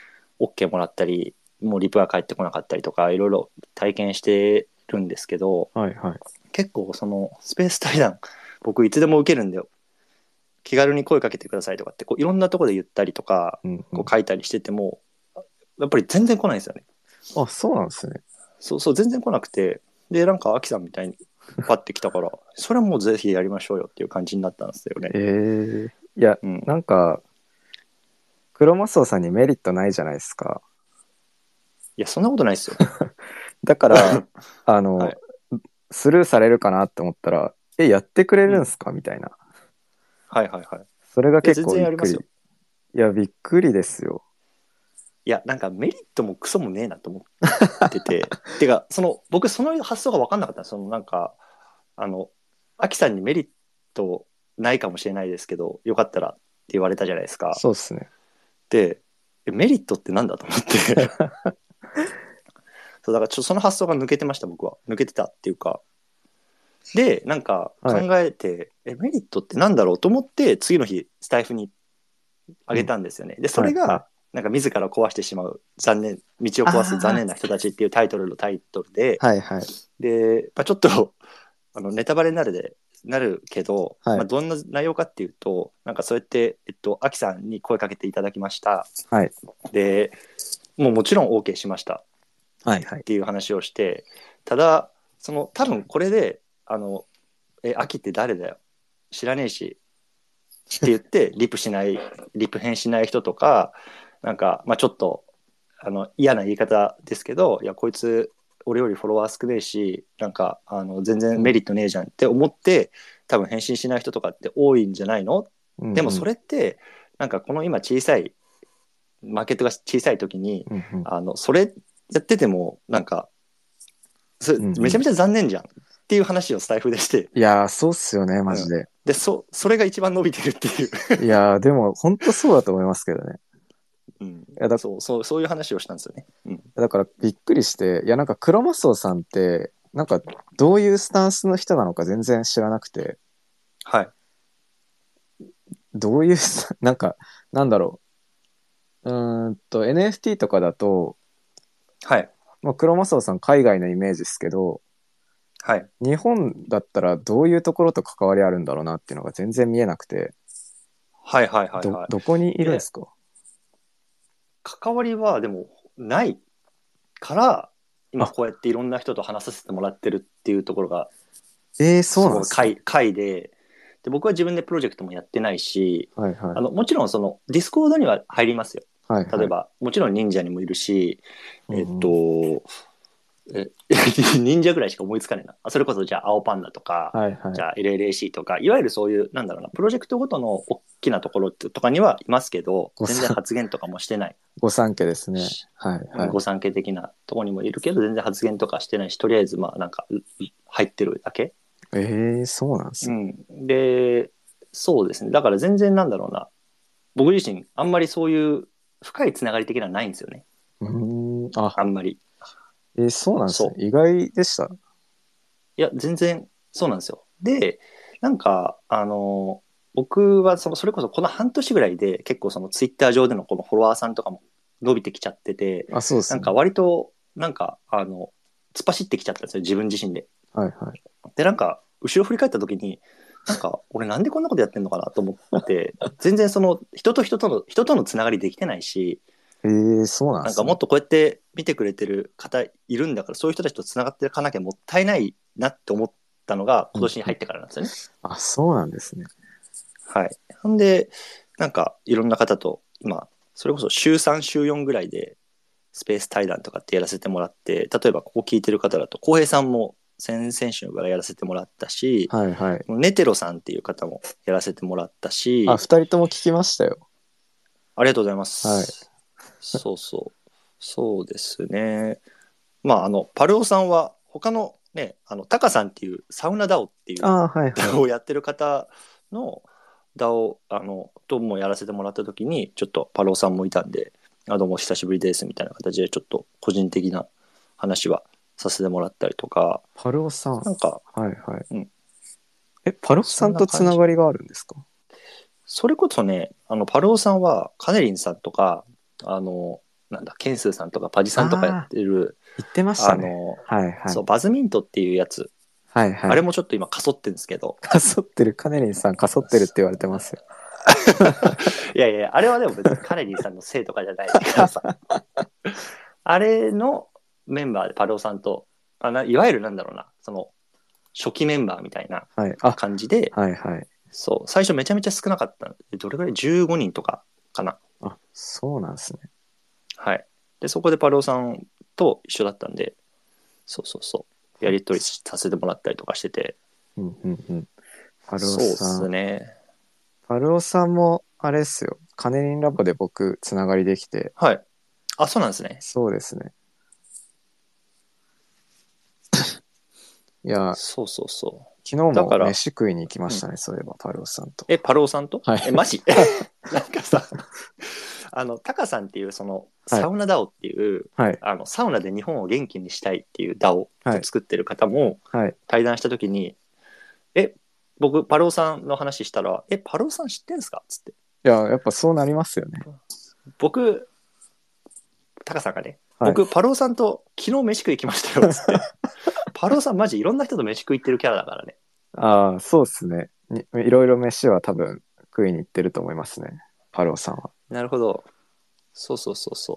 、OK もらったり、もうリプが返ってこなかったりとか、いろいろ体験してるんですけど、 はいはい。 結構スペース対談、僕いつでも受けるんで、気軽に声かけてくださいとかって、こういろんなところで言ったりとか、 うんうん。 こう書いたりしてても、やっぱり全然来ないんですよね。 あ、そうなんですね。 そうそう、全然来なくて、で、なんか、アキさんみたいにパッて来たから、それはもうぜひやりましょうよっていう感じになったんですよね。 いや、 うん。 なんか、クロマスオさんにメリットないじゃないですか。 いや、そんなことないですよ。 だから、あの、 はい。 スルーされるかなって思ったら、やってくれうん。 るんすかみたいな。 はいはいはい。 それがいや、 結全構びっくり。 然やりますよ。 いや、びっくりですよ。 いや、なんかメリットもクソもねえなと思ってて。てか、僕その発想が分かんなかった。なんか、あの、アキさんにメリットないかもしれないですけど、よかったらって言われたじゃないですか。 そうっすね。 で、メリットってなんだと思って。そう、だからその発想が抜けてました、僕は。抜けてたっていうか。で、なんか考はい。 えて、メリットってなんだろうと思って、次の日、スタイフにあげうん。 たんですよね。で、そはい、はい。 れが、なんか自ら壊してしまう道を壊す残あ念な人たちっていうタイトルで、 あ、はい、はい。 で、ちょっとネタバレになるけど、 はい、 どんな内容かっていうと、なんかそうやって、アキさんに声かけていただきました。 はい。 で、もちろん OK しましたっはい、はい。 ていう話をして、ただ、多分これで、アキって誰だよ知らねえし、って言ってリプ返しない人とか、なんか、ちょっと、嫌な言い方ですけど、いや、こいつ、俺よりフォロワー少ねえし、なんか、全然メうん、 リットねえじゃんって思って、多分返信しない人とかって多いんじゃないの？ うん、 でもそうん、 れって、なんかこの今小さい、マーケットが小さい時に、 うん、うん、 それやってても、なんか、 うん、うん。 めちゃめちゃ残念じゃんっていう話をスタイフでして、 いやー、そうっすよね、マうん。 ジで。 で、それが一番伸びてるっていう。 いやー、でも、ほんとそうだと思いますけどね。 うん、 いや、 そういう話をしたんですよね。うん。 だからびっくりして、いや、なんかクロマスオさんって、なんかどういうスタンスの人なのか全然知らなくて、 はい。 どういうなんか、なんだろNFT とかだと、 はい。 まあ、クロマスオさん海外のイメージですけど、 はい。 日本だったらどういうところと関わりあるんだろうなっていうのが全然見えなくて、 はいはいはいはどこにいい。 るんですか？ 関わりはでもないから、今あ、 こうやっていろんな人と話させてもらってるっていうところが、 そうそこがなんですか？ 回で、僕は自分でプロジェクトもやってないし、 はいはい。 もちろんディスコードには入りますよ。 はいはい。 例えば、もちろん忍者にもいるし、 うんうん。 えっと、 忍者ぐらいしか思いつかねえな。それこそじゃあ青パンダとか、 はいはい。 じゃあ LLAC とか、いわゆるそういう、なんだろうな、プロジェクトごとの大きなところとかにはいますけど、全然発言とかもしてない。 御三家ですね。はいはい。 御三家的なところにもいるけど、全然発言とかしてないし、とりあえずまあなんか入ってるだけ。 そうなんですね。 で、そうですね。だから全然なんだろうな、僕自身あんまりそういう深いつながり的なのはないんですよね。あんまり。 そうなんですね。意外でした。 いや、全然そうなんですよ。で、なんか、僕はそれこそこの半年ぐらいで結構そのツイッター上でのこのフォロワーさんとかも伸びてきちゃってて、 そうですね。 なんか割と、なんか、突っ走ってきちゃったんですよ、自分自身で。 はいはい。 で、なんか、後ろ振り返った時に、なんか、俺なんでこんなことやってんのかなと思って、全然その人とのつながりできてないし、 そうなんですね。 なんかもっとこうやって見てくれてる方いるんだから、そういう人たちとつながっていかなきゃもったいないなって思ったのが今年に入ってからなんですよね。 そうなんですね。 はい。なんで、なんかいろんな方と今、それこそ週3、週4ぐらいでスペース対談とかってやらせてもらって、例えばここ聞いてる方だと、浩平さんも先々週からやらせてもらったし、 はいはい。 ネテロさんっていう方もやらせてもらったし、 2人とも聞きましたよ。 ありがとうございます。 はい。 そうですね。まあ、パルオさんは他のね、タカさんっていうサウナダオっていうダオをやってる方のダオともやらせてもらった時に、ちょっとパルオさんもいたんで、どうも久しぶりですみたいな形でちょっと個人的な話はさせてもらったりとか。 パルオさん。 なんか、 はいはい。パルオさんとつながりがあるんですか？ それこそね、パルオさんはカネリンさんとか、なんだ、ケンスーさんとかパジさんとかやってる、 言ってましたね。はいはい。 そう、バズミントっていうやつ。 はいはい。 あれもちょっと今かそってるんですけど。 かそってる、カネリンさんかそってるって言われてますよ。 いやいや、あれはでも別にカネリンさんのせいとかじゃないからさ。あれのメンバーでパルオさんと、いわゆるなんだろうな、その、初期メンバーみたいな感じで、 はいはい。 そう、最初めちゃめちゃ少なかったで、どれぐらい ?15 人とかかな。 そうなんですね。 はい。で、そこでパルオさんと一緒だったんで、やり取りさせてもらったりとかしてて。 パルオさん。 そうですね。 パルオさんも、あれっすよ。カネリンラボで僕、つながりできて。 はい。そうなんですね。 そうですね。いや、 そう。 昨日も飯食いに行きましたね、そういえば、パルオさんと。 パルオさんと？ はい。 マジなんかさ、タカさんっていうそのサウナダオっていう、サウナで日本を元気にしたいっていうダオを作ってる方も対談した時に、僕パルオさんの話したら、パルオさん知ってんすかっつって。 いや、やっぱそうなりますよね。 僕、タカさんがね、僕パルオさんと昨日飯食い行きましたよっつって。パルオさんマジいろんな人と飯食い行ってるキャラだからね。 そうっすね。いろいろ飯は多分食いに行ってると思いますね、パルオさんは。 なるほど。そう。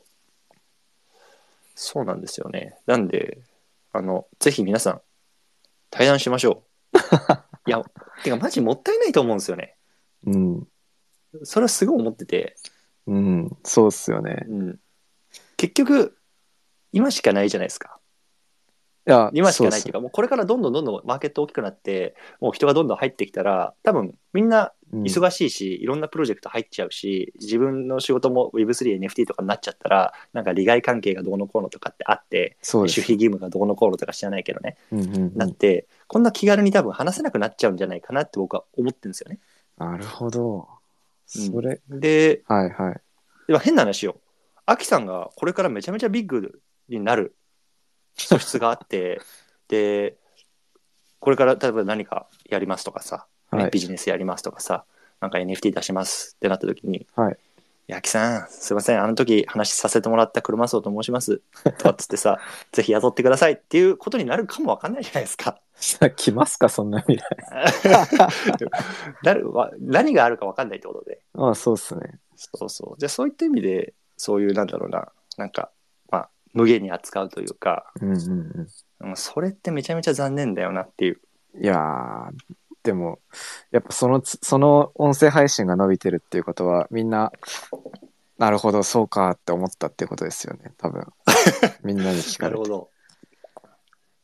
そうなんですよね。なんで、ぜひ皆さん、対談しましょう。いや、てかマジもったいないと思うんですよね。それはすごい思ってて。 そうっすよね。 結局、今しかないじゃないですか。今しかないっていうか、もうこれからどんどんマーケット大きくなって、もう人がどんどん入ってきたら、多分みんな忙しいし、いろんなプロジェクト入っちゃうし、自分の仕事も Web3、NFT とかになっちゃったら、なんか利害関係がどうのこうのとかってあって、守秘義務がどうのこうのとか知らないけどね、なって、こんな気軽に多分話せなくなっちゃうんじゃないかなって僕は思ってるんですよね。 なるほど。それ、 で、では変な話よ。アキさんがこれからめちゃめちゃビッグになる素質があってでこれから例えば何かやりますとかさ、ビジネスやりますとかさ、なんか NFT 出しますってなった時に、アキさんすいません、あの時話させてもらった車荘と申しますとかっつってさぜひ雇ってくださいっていうことになるかもわかんないじゃないですか。 来ますかそんな未来。 何があるかわかんないってことで。 そうっすね。 じゃあそういった意味でそういうなんだろうな、なんか無限に扱うというか、それってめちゃめちゃ残念だよなっていう。 いやーでもやっぱその音声配信が伸びてるっていうことはみんななるほどそうかって思ったっていうことですよね多分みんなに聞かれて。 なるほど。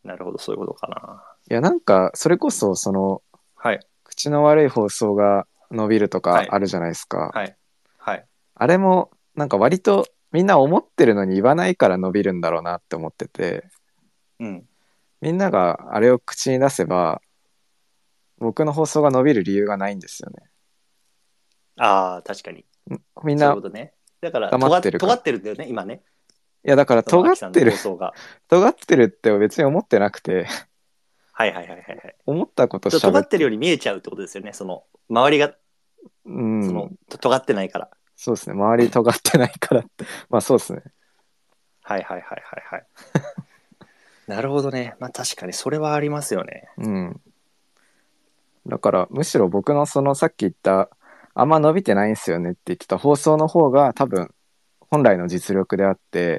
なるほど、そういうことかな。 いや、なんか、それこそ、 はい。 口の悪い放送が伸びるとはい。 かあるじゃないですか。 はい。はい。 あれも、なんか割とみんな思ってるのに言わないから伸びるんだろうなって思ってて、 うん。 みんながあれを口に出せば、僕の放送が伸びる理由がないんですよね。 ああ、確かに。 みんなそういうことね。だから、 黙ってるから。 尖ってるんだよね、今ね。 いや、だからその、アキさんの放送が。 尖ってるって別に思ってなくて、 はいはいはいはいはい。 思ったこと尖喋ってる。 ってるように見えちゃうってことですよね。その、周りが、 うん。 尖ってないから。 そうですね。周り尖ってないからって。まあそうですね。 はいはいはいはいはい。なるほどね。まあ確かにそれはありますよね。 うん。だからむしろ僕のさっき言ったあんま伸びてないんですよねって言ってた放送の方が多分本来の実力であって、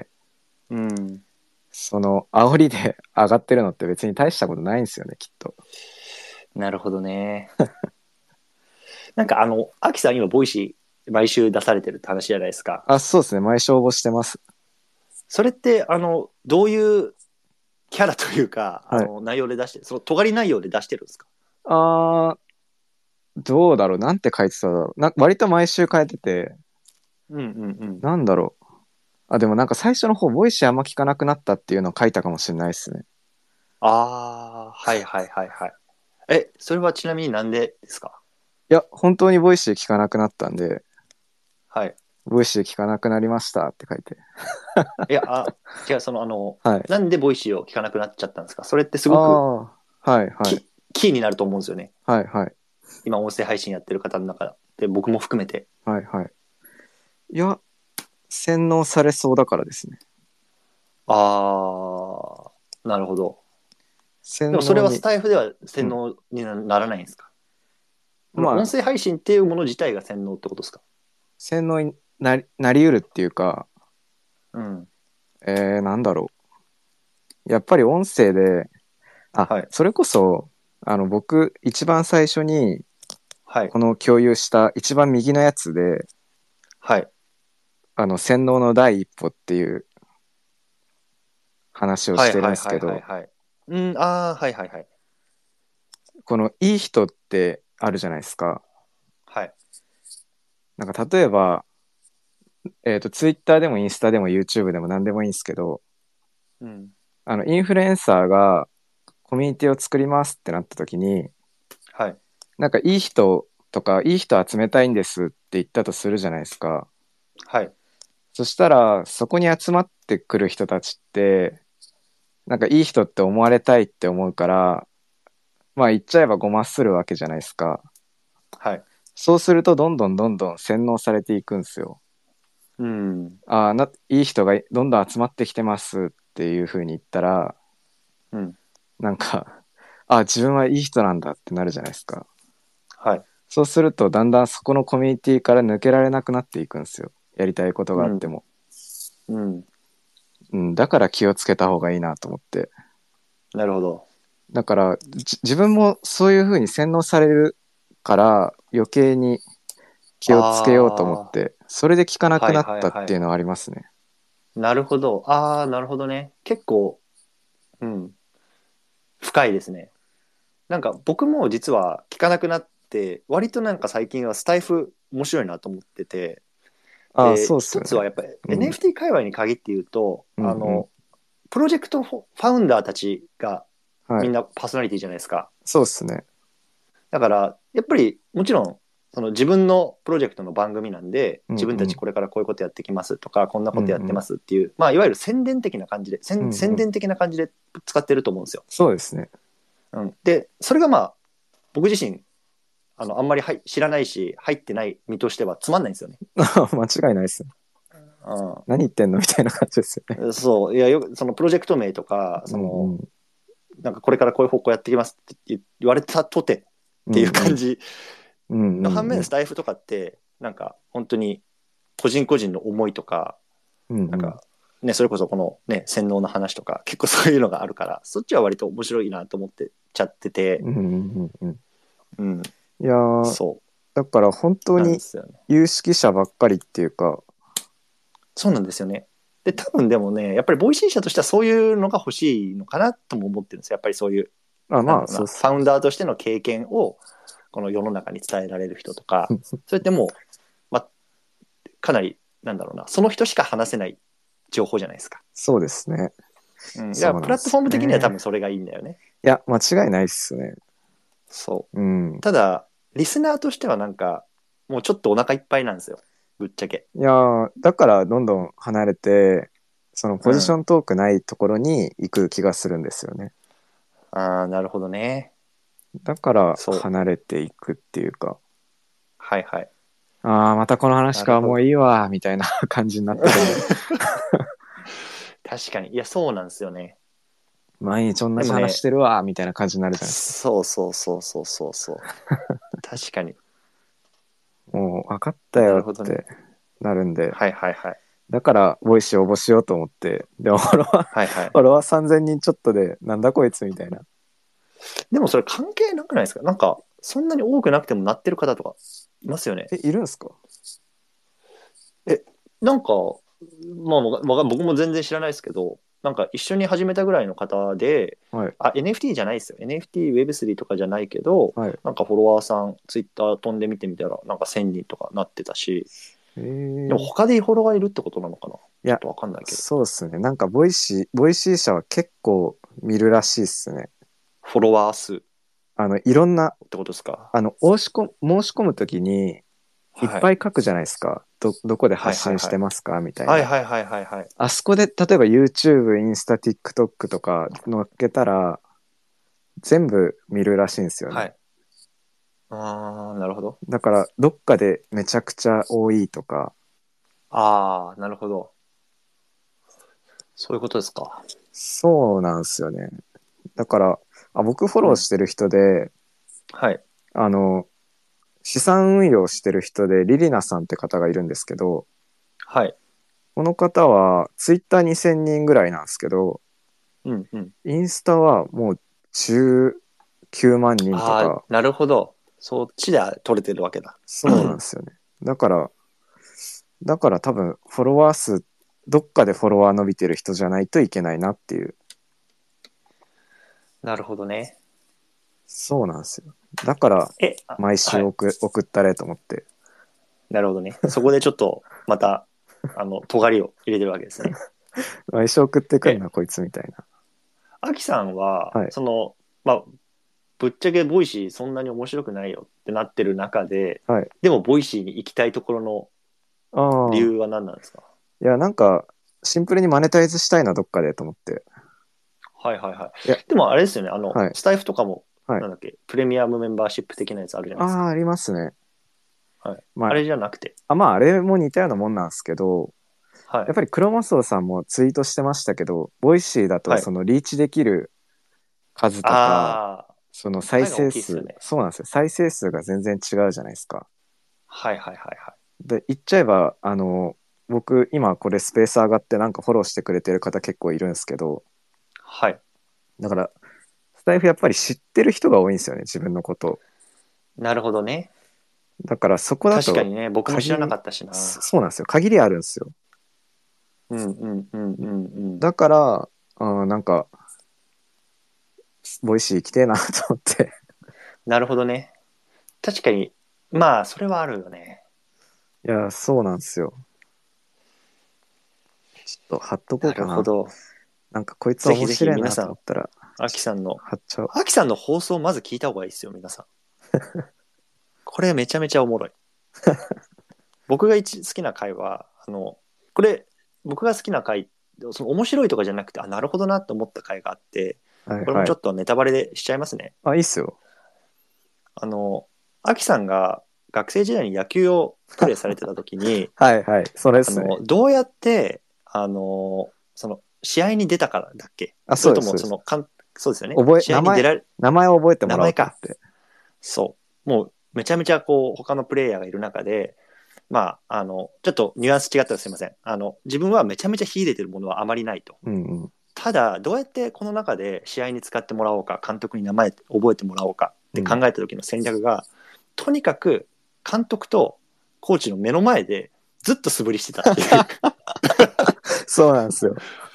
うん。 煽りで上がってるのって別に大したことないんですよね、きっと。 なるほどね。なんかアキさん今、ボイシー毎週出されてるって話じゃないですか。 あ、そうですね。毎週応募してます。 それって、どういうキャラというか、 はい。 内容で出して、その尖り内容で出してるんですか？ あどうだろう。なんて書いてただろう。割と毎週変えてて、 うんうんうん。 なんだろう。あ、でもなんか最初の方、ボイシーあんま聞かなくなったっていうのを書いたかもしれないですね。 ああ、はいはいはいはい。それはちなみになんでですか？ いや、本当にボイシー聞かなくなったんで、 はい。 ボイシー聞かなくなりましたって書いて。 いや、違う、 はい。 なんでボイシーを聞かなくなっちゃったんですか？それってすあごくあ、はいはい。 キーになると思うんですよね。 はいはい。 今、音声配信やってる方の中で、僕も含めて。 はいはい。いや、洗脳されそうだからですね。 ああ、なるほど。でもそれはス洗脳に、 タイフではうん。 洗脳にならないんですか？そのまあ、 音声配信っていうもの自体が洗脳ってことですか？ 洗脳になりうるっていうか、 うん。 なんだろう。やっぱり音声で、 はい。 それこそ、僕、一番最初に、 はい。 この共有した一番右のやつで、 はい。 洗脳の第一歩っていう話をしてるんはいはいはいはいですけど、 はい。うん、ああ、はいはいはい。 このいい人ってあるじゃないですか。 はい。 なんか例えば、ツイッターでもインスタでも YouTube でも何でもいいんですけど、 うん。 インフルエンサーがコミュニティを作りますってなった時に、 はい。 なんかいい人とかいい人集めたいんですって言ったとするじゃないですか。 はい。 そしたらそこに集まってくる人たちってなんかいい人って思われたいって思うから、まあ言っちゃえばごまするわけじゃないですか。 はい。 そうするとどんどんどんどん洗脳されていくんですよ。 うん。 いい人がどんどん集まってきてますっていう風に言ったら、 うん。 なんか自分はいい人なんだってなるじゃないですか。 はい。 そうするとだんだんそこのコミュニティから抜けられなくなっていくんですよ。やりたいことうん。 があっても。 うん。 うん、だから気をつけた方がいいなと思って。 なるほど。 だから自分もそういう風に洗脳されるから余計に気をつけようと思っああ、 て、それで聞かなくはいなったっはいはい。 ていうのはありますね。 なるほど。ああ、なるほどね。結構、うん。深いですね。なんか僕も実は聞かなくなって、割となんか最近はスタイフ面白いなと思ってて、で、 そうっす一よね。 つはやっぱりうん。 NFT 界隈に限って言うと、 うんうん。 プロジェクトファウンダーたちがはい。 みんなパーソナリティじゃないですか。 そうっすね。 だから、やっぱりもちろん、その自分のプロジェクトの番組なんで、 うん自分たちうん。 これからこういうことやってきますとか、こんなうんことやってまうん。 すっていう、まあ、いわゆる宣伝的な感じで、 うんうん。 宣伝的な感じで使ってると思うんですよ。 そうですね。 うん。で、それがまあ、僕自身、あんまり知らないし、入ってない身としてはつまんないんですよね。 間違いないっすね。何言ってんのみたいな感じですよね。 うん。そう、いや、そのプロジェクト名とか、 うんうん。 なんかこれからこういう方向やってきますって言われたとてっていううんうん。 感じうんうの反面、 んうん。 スタイフとかって、なんか本当に個人個人の思いとか、 うんうん。 なんかね、それこそこのね、洗脳の話とか、結構そういうのがあるから、そっちは割と面白いなと思ってちゃってて、 うんうんうん。 うん、 いやー、 そだから本うなんで当にすよね。 有識者ばっかりっていうか、 そうなんですよね。 で、多分でもね、やっぱりボイシー社としてはそういうのが欲しいのかなとも思ってるんですよ。やっぱりそういう、 まあ、 ファウンダーとしての経験を、この世の中に伝えられる人とか、それってもう、まあ、かなり、なんだろうな、その人しか話せない情報じゃないですか。 そうですね。 じゃあ、プラットフォーム的には多分それがいいんだよね。 いや、間違いないっすね。 そう。 うん。 ただ、リスナーとしてはなんか、もうちょっとお腹いっぱいなんですよ。ぶっちゃけ。 いやだからどんどん離れて、そのポジショントークないところに行く気がするんですよね。 ああ、なるほどね。 だから離れていくっていうか。 はいはい。 ああ、またこの話か、もういいわ、みたいな感じになってるんで。 確かに。いや、そうなんですよね。 毎日同じ話してるわ、みたいな感じになるじゃないですか。 そうそうそうそうそうそう。確かに。 もう分かったよってなるんで。 はいはいはい。 だから、ボイシー応募しようと思って。でも、フォロワー3000人ちょっとで、なんだこいつみたいな。 でもそれ関係なくないですか？なんか、そんなに多くなくてもなってる方とかいますよね。 いるんすか？ なんか、まあ、僕も全然知らないですけど、なんか一緒に始めたぐらいの方で、 はい、 NFT じゃないですよ。NFT、Web3 とかじゃないけど、 はい、 なんかフォロワーさん、ツイッター飛んでみてみたら、なんか1000人とかなってたし、でも他でフォロワーいるってことなのかな？ちょっとわかんないけど。 そうっすね。なんかボイシー社は結構見るらしいっすね。 フォロワー数。 いろんな、 ってことですか？ 申し込むときに、いっぱい書くじゃないですか。はい、どこで発信してますか、みたいな。 はいはいはいはいはい。 あそこで、例えば YouTube、インスタ、TikTok とか載っけたら、全部見るらしいんですよね。はい。 ああ、なるほど。 だから、どっかでめちゃくちゃ多いとか。 ああ、なるほど。そういうことですか。 そうなんですよね。だから、僕フォローしてる人で、 はい。 資産運用してる人でリリナさんって方がいるんですけど、 はい。 この方はツイッター2000人ぐらいなんですけど、 うんうん。 インスタはもう19万人とか。 なるほど。そっちで取れてるわけだ。 そうなんですよね。だから多分フォロワー数、どっかでフォロワー伸びてる人じゃないといけないなっていう。 なるほどね。 そうなんですよ。だから毎週送ったれと思って。 なるほどね。そこでちょっとまた尖りを入れてるわけですね。 毎週送ってくんなこいつみたいな。 アキさんは、まあぶっちゃけボイシーそんなに面白くないよってなってる中で、 はい、 でもボイシーに行きたいところの理由は何なんですか？ いや、なんかシンプルにマネタイズしたいな、どっかでと思って。 はいはいはい。でもあれですよね、スタイフとかも、 はい、 なんだっけ、プレミアムメンバーシップ的なやつあるじゃないですか。 ありますね。 はい。あれじゃなくて。 あれも似たようなもんなんですけど、 はい、 やっぱりクロマスオさんもツイートしてましたけど、ボイシーだとそのリーチできる数とか、その再生数、そうなんですよ。再生数が全然違うじゃないですか。 はいはいはいはい。 で、言っちゃえば、僕、今これスペース上がってなんかフォローしてくれてる方結構いるんですけど、 はい。 だから、スタイフやっぱり知ってる人が多いんですよね、自分のこと。 なるほどね。 だからそこだと。 確かにね、僕も知らなかったしな。 そうなんですよ。限りあるんですよ。 うんうんうんうんうん。 だから、なんか、ボイシー行きてえなと思って。 なるほどね。確かに、まあ、それはあるよね。 いや、そうなんですよ。ちょっと貼っとこうかな。 なるほど。 なんかこいつは面白いなと思ったら。 アキさんの、 貼っちゃう。 アキさんの放送をまず聞いた方がいいですよ、皆さん。これめちゃめちゃおもろい。僕が好きな回は、これ、僕が好きな回、その面白いとかじゃなくて、なるほどなと思った回があって、 はいはい、 これもちょっとネタバレでしちゃいますね。 いいっすよ。 アキさんが学生時代に野球をプレーされてた時に、 はいはい、それですね。 どうやって、その、試合に出たからだっけ？それとも、そうですよね。試合に出られ名前を覚えてもらおうと思って。 名前か。そう。もう、めちゃめちゃ他のプレイヤーがいる中で、まあ、ちょっとニュアンス違ったらすいません。自分はめちゃめちゃ秀でてるものはあまりないと。 うんうん、 ただ、どうやってこの中で試合に使ってもらおうか、監督に名前覚えてもらおうかって考えた時の戦略が、とにかく監督とコーチの目の前でずっと素振りしてたっていう。 そうなんですよ。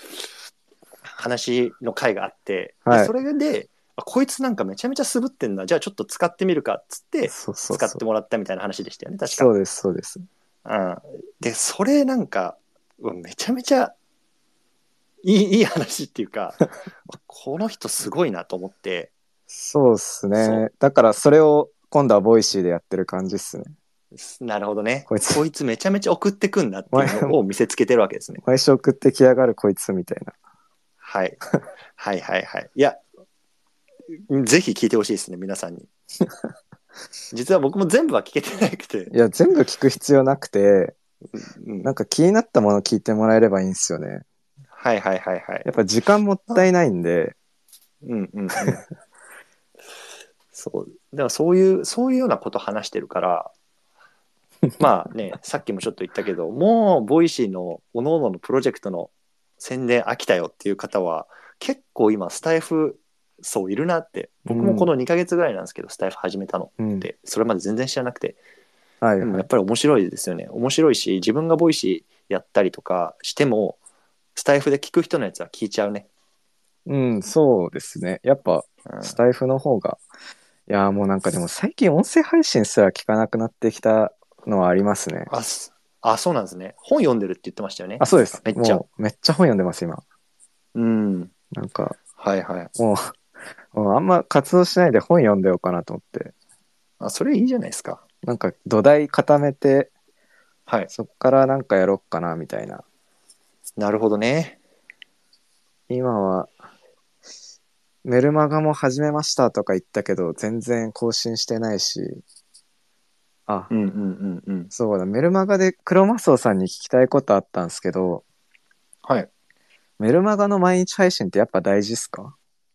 話の回があって、 はいでそれでこいつなんかめちゃめちゃ素振ってんな、じゃあちょっと使ってみるかっつってそうそうそう使ってもらったみたいな話でしたよね、確か。 そうですそうです。 うん、でそれなんかめちゃめちゃいい話っていうかこの人すごいなと思って。 そうっすね。だからそれを今度はボイシーでやってる感じっすね。 なるほどね。 こいつめちゃめちゃ送ってくんなっていうのを見せつけてるわけですね。 毎週送ってきやがるこいつみたいな。 はいはいはいはい。いやぜひ聞いてほしいですね、皆さんに。実は僕も全部は聞けてなくて。 いや、全部聞く必要なくて、 うん、 なんか気になったもの聞いてもらえればいいんですよね。 はいはいはいはい。 やっぱ時間もったいないんで。 うんうんうん。そう。だからそういうようなこと話してるから、まあね、さっきもちょっと言ったけど、もうボイシーの各々のプロジェクトの宣伝飽きたよっていう方は、結構今スタイフそういるなって。僕もこの2ヶ月ぐらいなんですけど、スタイフ始めたのって、それまで全然知らなくて。 はいはい、 でもやっぱり面白いですよね。面白いし、自分がボイシーやったりとかしても、スタイフで聞く人のやつは聞いちゃうね。 うん、そうですね。やっぱスタイフの方が、いやもうなんかでも最近音声配信すら聞かなくなってきたのはありますね。 そうなんですね。本読んでるって言ってましたよね。 そうです。 めっちゃ本読んでます今。 うん。 なんかはいはい。 もうあんま活動しないで本読んでようかなと思って。 それいいじゃないですか。 なんか土台固めて、 はい。 そっからなんかやろっかなみたいな。 なるほどね。 今はメルマガも始めましたとか言ったけど全然更新してないし。そうだ、メルマガでクロマスオさんに聞きたいことあったんですけど、 はい。 メルマガの毎日配信ってやっぱ大事っすか？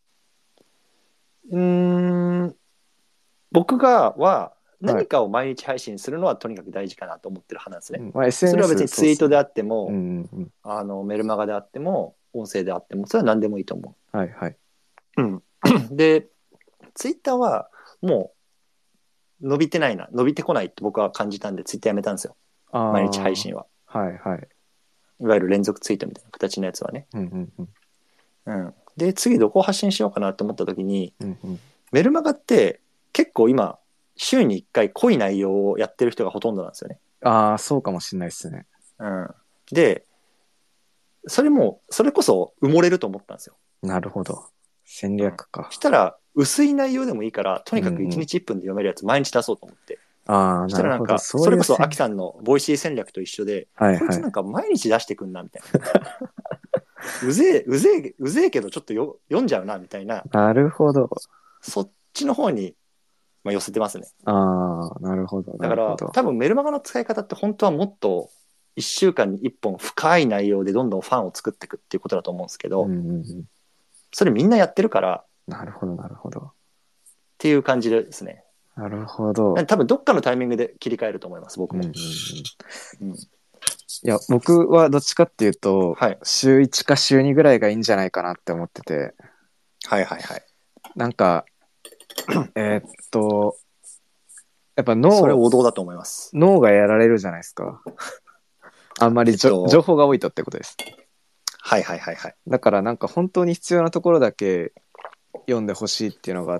僕は何かを毎日配信するのはとにかく大事かなと思ってる派なんですね。 SNS、 それは別にツイートであっても、メルマガであっても、音声であっても、それは何でもいいと思う。はいはい。 で、ツイッターはもう伸びてこないって僕は感じたんで、ツイッターやめたんですよ。毎日配信は。 はいはい。 いわゆる連続ツイートみたいな形のやつはね。で、次どこを発信しようかなと思った時に、メルマガって結構今、週に1回濃い内容をやってる人がほとんどなんですよね。 そうかもしれないですね。 で、それこそ埋もれると思ったんですよ。 なるほど。戦略か。 したら、薄い内容でもいいから、とにかく1日1分で読めるやつ毎日出そうと思って。したらなんか、それこそアキさんのボイシー戦略と一緒で、こいつなんか毎日出してくんな、みたいな。うぜえけどちょっと読んじゃうな、みたいな。 なるほど。 そっちの方に、寄せてますね。 なるほど。 だから多分メルマガの使い方って本当はもっと1週間に1本深い内容でどんどんファンを作っていくっていうことだと思うんですけど、それみんなやってるから。 なるほどなるほど。 っていう感じですね。 なるほど。 多分どっかのタイミングで切り替えると思います、僕も。いや、僕はどっちかっていうと、週1か週2ぐらいがいいんじゃないかなって思ってて。 はいはいはい。 なんかやっぱそれ王道だと思います。 脳がやられるじゃないですか。あんまり情報が多いとってことです。 はいはいはいはい。 だからなんか本当に必要なところだけ読んでほしいっていうのがあって、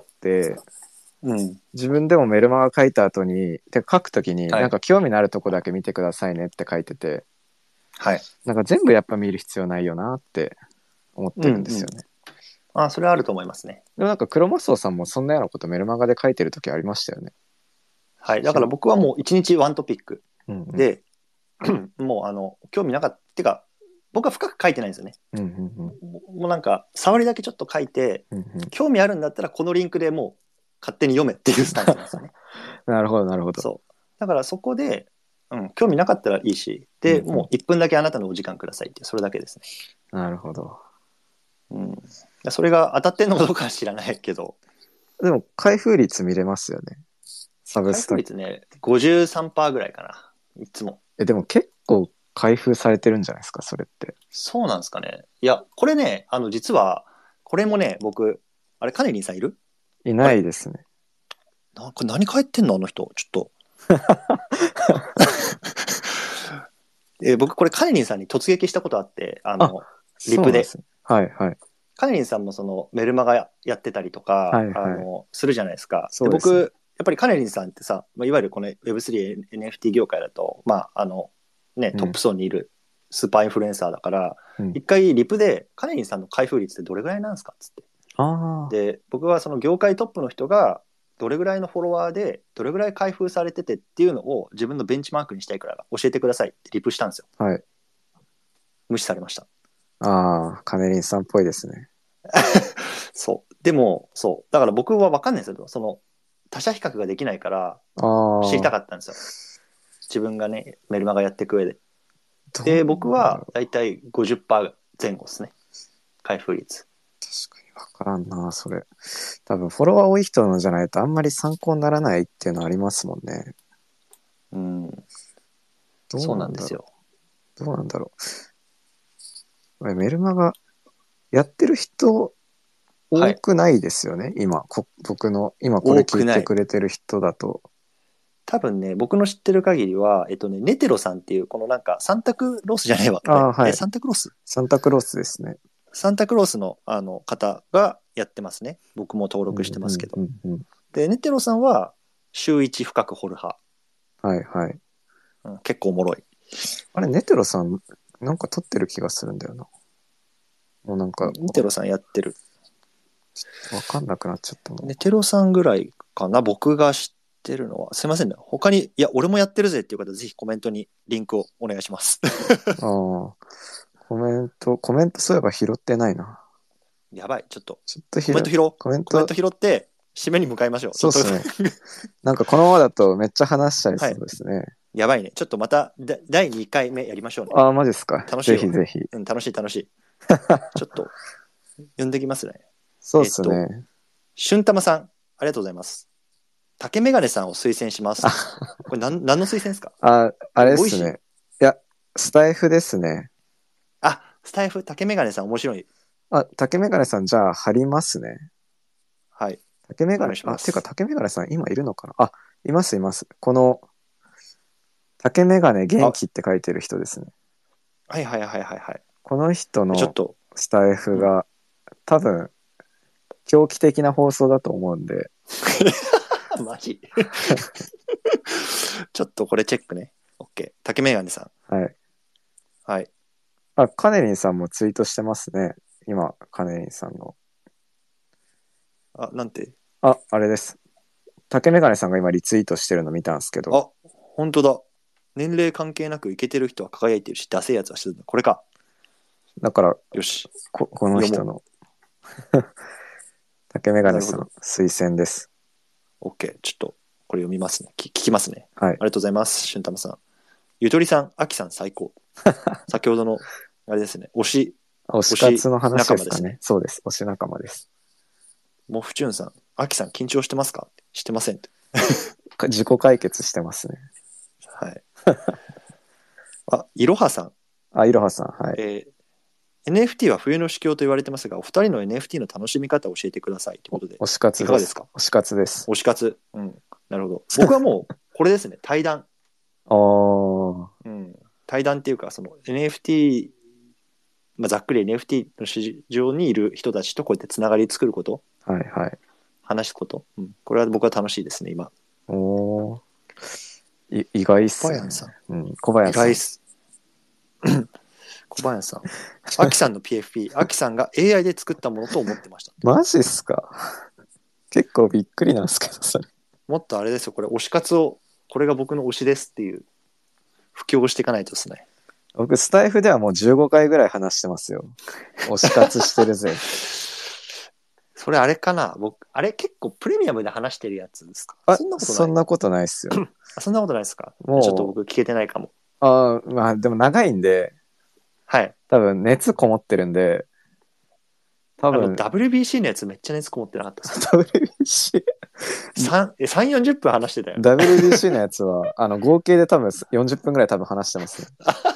自分でもメルマガ書いた後に書くときに、なんか興味のあるとこだけ見てくださいねって書いてて、なんか全部やっぱ見る必要ないよなって思ってるんですよね。 それはあると思いますね。 でもなんかクロマスオさんもそんなようなことメルマガで書いてる時ありましたよね。 はい。だから僕はもう1日ワントピックで、もう興味なかったっていうか、僕は深く書いてないんですよね。もうなんか触りだけちょっと書いて、興味あるんだったらこのリンクでもう勝手に読めっていうスタンスなんですよね。 なるほどなるほど。 そうだからそこで、興味なかったらいいし、で、もう1分だけあなたのお時間くださいってそれだけですね。 なるほど。 それが当たってんのかどうかは知らないけど。 でも開封率見れますよね。サブスタ。 開封率ね 53% ぐらいかな、いつも。 でも結構開封されてるんじゃないですか、それって。 そうなんですかね。いや、これね、実はこれもね、僕カネリンさんいる？ いないですね。 なんか何書いてんのあの人、ちょっと。 僕これカネリンさんに突撃したことあって、リプで。 ね、はいはい。 カネリンさんもそのメルマガやってたりとか、 はいはい、 するじゃないですか。 そうですね、 で僕、やっぱりカネリンさんってさ、いわゆるこの Web3、NFT 業界だと、トップ層にいるスーパーインフルエンサーだから、一回リプでカネリンさんの開封率ってどれぐらいなんですかっつって。で、僕はその業界トップの人がどれぐらいのフォロワーでどれぐらい開封されててっていうのを自分のベンチマークにしたいから教えてくださいってリプしたんですよ。 はい。 無視されました。 カネリンさんっぽいですね。 そう。でも、そう。だから僕は分かんないですよ。その、他者比較ができないから、知りたかったんですよ。自分がね、メルマガやっていく上で。で、僕はだいたい 50% 前後ですね。開封率。 確かに分からんな、それ。多分、フォロワー多い人のじゃないとあんまり参考にならないっていうのありますもんね。 そうなんですよ。 どうなんだろう。メルマガやってる人多くないですよね、今僕の今これ聞いてくれてる人だと。 多分ね、僕の知ってる限りはネテロさんっていうこのなんかサンタクロースじゃないわ。 はい。 サンタクロース？ サンタクロースですね。 サンタクロースの方がやってますね。僕も登録してますけど。でネテロさんは週1深く掘る派。 はいはい。 結構おもろい。 あれネテロさんなんか撮ってる気がするんだよな。もうなんかネテロさんやってる。 分かんなくなっちゃったネテロさんぐらいかな、僕が知ってるのは。すいませんね。他に、いや、俺もやってるぜっていう方、ぜひコメントにリンクをお願いします。 コメントそういえば拾ってないな。 やばい、ちょっとコメント拾おう。 コメント拾って、締めに向かいましょう。 そうですね。なんかこのままだとめっちゃ話しちゃいそうですね。 やばいね。ちょっとまた第2回目やりましょうね。 マジですか。 楽しい。 ぜひぜひ。 楽しい。ちょっと、呼んできますね。 そうですね。 俊玉さん、ありがとうございます。竹メガネさんを推薦します。これ何の推薦ですか？ あれですね。いや、スタイフですね。 スタイフ、竹メガネさん面白い。 竹メガネさんじゃあ貼りますね。 はい。 竹メガネ、てか竹メガネさん今いるのかな？います。この、竹メガネ元気って書いてる人ですね。 はい。 この人のスタイフが多分、狂気的な放送だと思うんで。 マジちょっとこれチェックね。OK。竹メガネさん。はい。 はい。 カネリンさんもツイートしてますね。今、カネリンさんの。 なんて？ あれです。竹メガネさんが今リツイートしてるの見たんですけど。 本当だ。年齢関係なくイケてる人は輝いてるし、ダセえやつはしてるんだ。これか。 だから、 よし。 この人の竹メガネさん推薦です。 OK。ちょっとこれ読みますね。聞きますね。 はい。 ありがとうございます。俊玉さん。ゆとりさん、あきさん最高。先ほどの、あれですね。推し活の話ですかね。そうです。推し仲間です。 もふちゅんさん、あきさん緊張してますか？してませんって。 自己解決してますね。 はい。いろはさん。 いろはさん。はい。 NFT は冬の至強と言われてますが、お二人の NFT の楽しみ方を教えてくださいということで。 推し活です。いかがですか？推し活です。 推し活。なるほど。僕はもう、これですね。対談。対談っていうか、その NFT、ざっくり NFT の市場にいる人たちとこうやってつながり作ること。 はいはい。 話すこと。これは僕は楽しいですね、今。 意外っすね。 小林さん。 小林さん。 意外っす。小林さん。アキさんの PFP、アキさんが AI で作ったものと思ってました。 マジっすか？結構びっくりなんですけど、それ。 もっとあれですよ、これ推し活を、これが僕の推しですっていう、布教をしていかないとですね。 僕、スタイフではもう15回ぐらい話してますよ。推し活してるぜ。 それあれかな？あれ結構プレミアムで話してるやつですか？ そんなことないっすよ。 そんなことないですか？ちょっと僕聞けてないかも。 でも長いんで、 はい。 多分熱こもってるんで、多分。 WBC のやつめっちゃ熱こもってなかったですか？ WBC 3、40分話してたよ。 WBC のやつは、合計で多分40分ぐらい多分話してますね。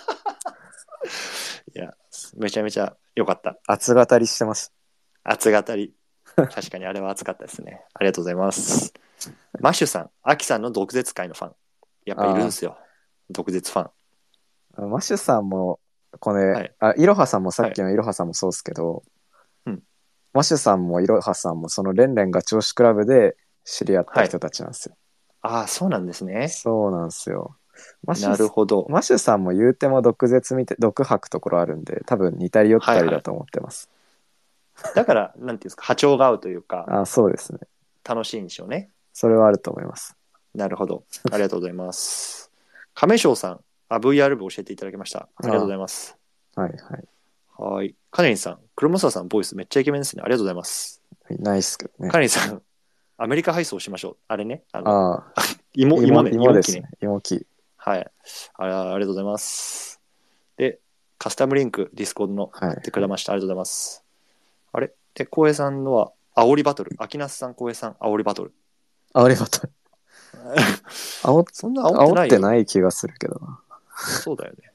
いや、めちゃめちゃ良かった。 熱語りしてます。 熱語り。確かにあれは熱かったですね。ありがとうございます。マッシュさん、アキさんの毒舌会のファン。やっぱいるんですよ。毒舌ファン。 マシュさんも、これ、 はいいろはさんもさっきのいろはさんもそうですけど、 うんマシュさんもいろはさんもそのレンレンガ調子クラブで知り合った人たちなんですよ。 ああ、そうなんですね。 そうなんですよ。 なるほど。 マシュさんも言うても毒舌見て、毒吐くところあるんで、多分似たり寄ったりだと思ってます。 だから、なんていうんですか、波長が合うというか、 あ、そうですね。 楽しいんでしょうね。 それはあると思います。 なるほど。ありがとうございます。亀翔さん、VR 部教えていただきました。ありがとうございます。 はいはい。 はい。カネリンさん、黒沢さん、ボイスめっちゃイケメンですね。ありがとうございます。 ないっすけどね。 カネリンさん、アメリカ配送しましょう。あれね。 ああ。 芋ね。 芋ですね。芋き。 はい。ありがとうございます。で、カスタムリンク、ディスコードの貼ってくれました。ありがとうございます。あれで、浩平さんのは、煽りバトル。秋那須さん、浩平さん、煽りバトル。 煽りバトル。 そんな煽ってない気がするけどな。 そうだよね。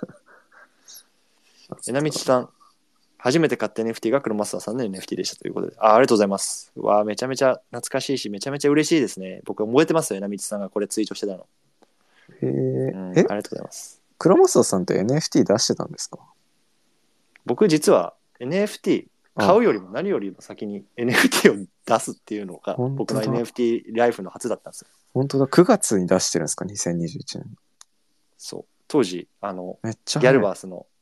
えなみちさん、初めて買った NFT が黒マスターさんの NFT でしたということで。ありがとうございます。うわめちゃめちゃ懐かしいし、めちゃめちゃ嬉しいですね。僕覚えてますよ、えなみちさんがこれツイートしてたの。ありがとうございます。 黒マスターさんって NFT 出してたんですか？ 僕実は NFT 買うよりも何よりも先に NFT を出すっていうのが僕の NFT ライフの初だったんですよ。 本当だ、9月に出してるんですか、2021年。 そう。当時、 めっちゃギャルバースの、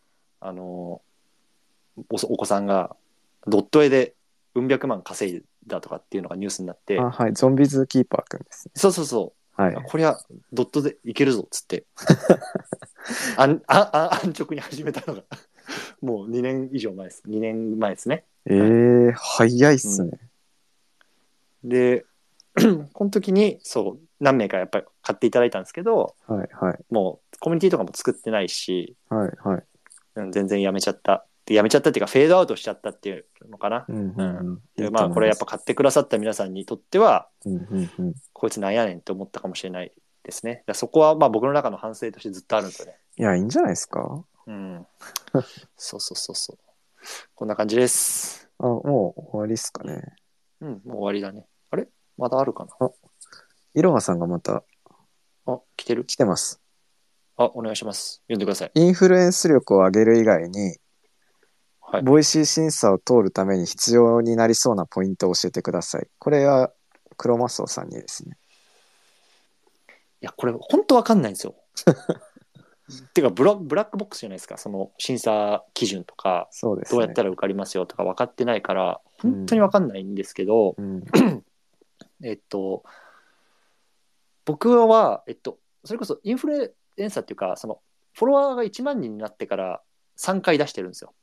お子さんがドット絵でうん百万稼いだとかっていうのがニュースになって、 はい、ゾンビズキーパーくんですね。 そう、 はい、 これはドットでいけるぞっつって安直に始めたのがもう2年以上前です。2年前ですね。 早いっすね。 でこの時にそう何名かやっぱり買っていただいたんですけど、 はいはい、 もうコミュニティとかも作ってないし、 はいはい、 全然やめちゃったっていうかフェードアウトしちゃったっていうのかな。でまあこれやっぱ買ってくださった皆さんにとっては、こいつなんやねんって思ったかもしれないですね。そこはまあ僕の中の反省としてずっとあるんですよね。 いや、いいんじゃないですか。 そうこんな感じです。 もう終わりっすかね。 もう終わりだね。あれまだあるかな。 いろはさんがまた来てます。 お願いします。読んでください。 インフルエンス力を上げる以外に、ボイシー審査を通るために必要になりそうなポイントを教えてください。これは黒マスオさんにですね。 いやこれ本当わかんないんですよ。てかブラックボックスじゃないですか。その審査基準とか、 そうですね、 どうやったら受かりますよとか分かってないから本当にわかんないんですけど、僕はそれこそインフルエンサーっていうか、そのフォロワーが1万人になってから3回出してるんですよ。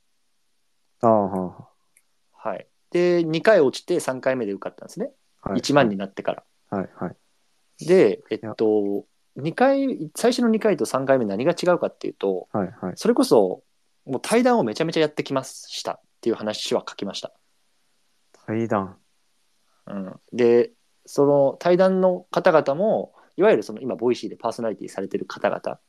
はい。で2回落ちて3回目で受かったんですね。1万になってから。で2回最初の2回と3回目何が違うかっていうと、それこそもう対談をめちゃめちゃやってきましたっていう話は書きました。 対談。 でその対談の方々もいわゆるその今ボイシーでパーソナリティされてる方々、